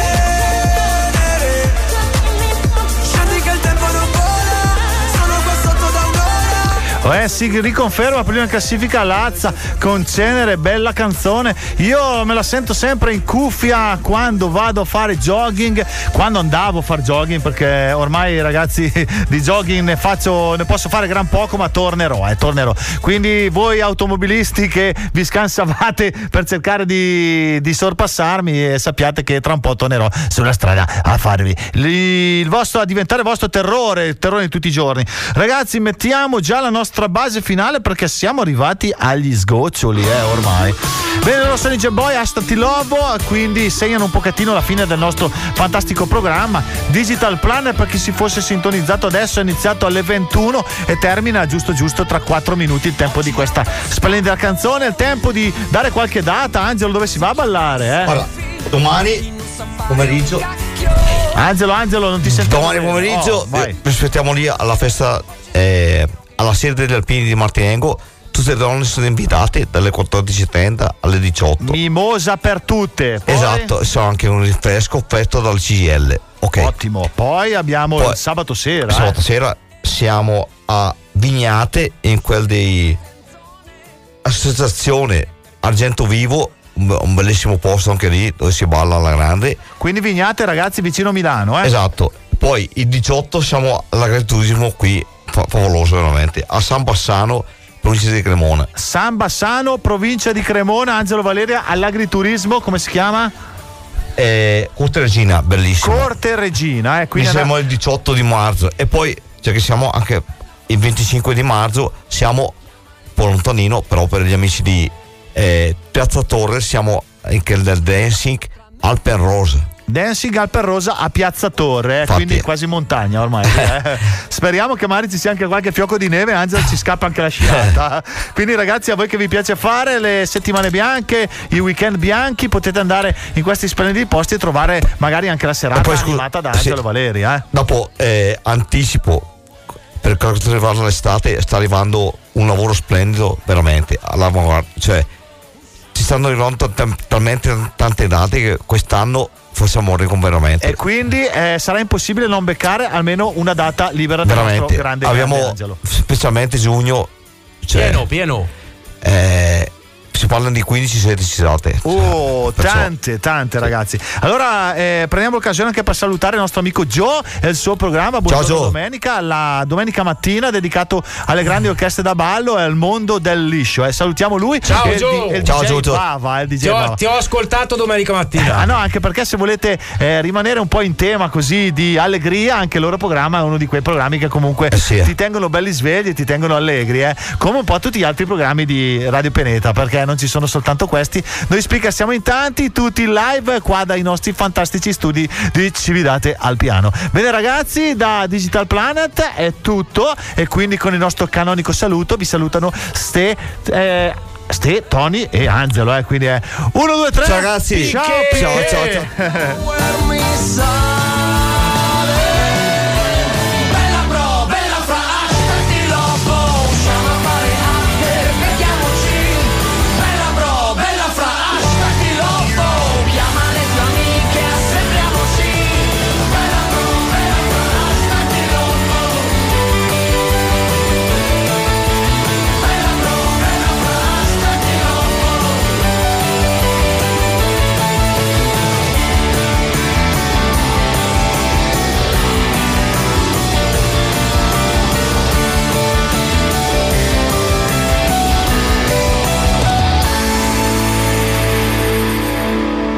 venere. Scendi che il tempo non vola, sono qua sotto da un'ora. Eh si riconferma prima in classifica Lazza con Cenere, bella canzone. Io me la sento sempre in cuffia quando vado a fare jogging, quando andavo a fare jogging, perché ormai ragazzi di jogging ne faccio, ne posso fare gran poco, ma tornerò, eh, tornerò. Quindi voi automobilisti che vi scansavate per cercare di, di sorpassarmi, eh, sappiate che tra un po' tornerò sulla strada a farvi il vostro, a diventare il vostro terrore, il terrore di tutti i giorni. Ragazzi, mettiamo già la nostra base finale perché siamo arrivati agli sgoccioli, eh, ormai. Bene, loro sono i J-Boy, Astati Lobo, quindi segnano un pochettino la fine del nostro fantastico programma. Digital Planner, per chi si fosse sintonizzato adesso, è iniziato alle ventuno e termina giusto giusto tra quattro minuti, il tempo di questa splendida canzone, il tempo di dare qualche data. Angelo, dove si va a ballare? Eh? Allora, domani pomeriggio. Angelo, Angelo, non ti sento. Domani pomeriggio oh, eh, aspettiamo lì alla festa, eh, alla sede degli Alpini di Martinengo. Tutte le donne sono invitate dalle quattordici e trenta alle diciotto. Mimosa per tutte. Poi... Esatto, c'è anche un rinfresco offerto dal C G I L. Ok. Ottimo. Poi abbiamo Poi, il sabato sera. Sabato eh. sera siamo a Vignate, in quel di Associazione Argento Vivo, un bellissimo posto anche lì dove si balla alla grande. Quindi Vignate, ragazzi, vicino Milano, eh? Esatto. Poi il diciotto siamo all'agriturismo qui, fa- favoloso veramente, a San Bassano, provincia di Cremona. San Bassano, provincia di Cremona. Angelo Valeria, all'agriturismo, come si chiama? Eh, Corte Regina, bellissimo. Corte Regina, eh? Quindi siamo il diciotto di marzo e poi, cioè che siamo anche il venticinque di marzo, siamo un po' lontanino, però per gli amici di eh, Piazza Torre siamo anche del dancing Alpen Rosa. Dancing Alpen Rosa a Piazza Torre, eh, quindi quasi montagna ormai. Eh. Speriamo che magari ci sia anche qualche fiocco di neve, Angela, ci scappa anche la sciata. Quindi ragazzi, a voi che vi piace fare le settimane bianche, i weekend bianchi, potete andare in questi splendidi posti e trovare magari anche la serata poi, animata da Angelo sì, Valeri. Eh. Dopo eh, anticipo, per quanto riguarda l'estate, sta arrivando un lavoro splendido veramente all'avanguardia, cioè ci stanno arrivando t- talmente tante date che quest'anno possiamo morire con veramente. E quindi eh, sarà impossibile non beccare almeno una data libera del veramente. nostro grande, abbiamo grande Angelo. Specialmente giugno, cioè, pieno pieno eh, si parlano di quindici sedici date. Oh, Perciò... tante, tante ragazzi. Allora eh, prendiamo l'occasione anche per salutare il nostro amico Joe e il suo programma Buongiorno Ciao, Domenica, la domenica mattina dedicato alle grandi orchestre da ballo e al mondo del liscio. Eh. Salutiamo lui. Ciao e Joe. Il, il Ciao, D J Joe, Joe. Bava, il D J ti, ho, Bava. ti ho ascoltato domenica mattina. Ah no, anche perché se volete eh, rimanere un po' in tema così di allegria, anche il loro programma è uno di quei programmi che comunque eh sì, eh. ti tengono belli svegli, ti tengono allegri, eh. Come un po' tutti gli altri programmi di Radio Pianeta, perché non ci sono soltanto questi. Noi speaker siamo in tanti, tutti in live qua dai nostri fantastici studi di Cividate al Piano. Bene ragazzi, da Digital Planet è tutto e quindi con il nostro canonico saluto vi salutano Ste eh, Ste, Tony e Angelo, eh, quindi è uno, due, tre. Ciao ragazzi. Ciao, ciao, ciao, ciao.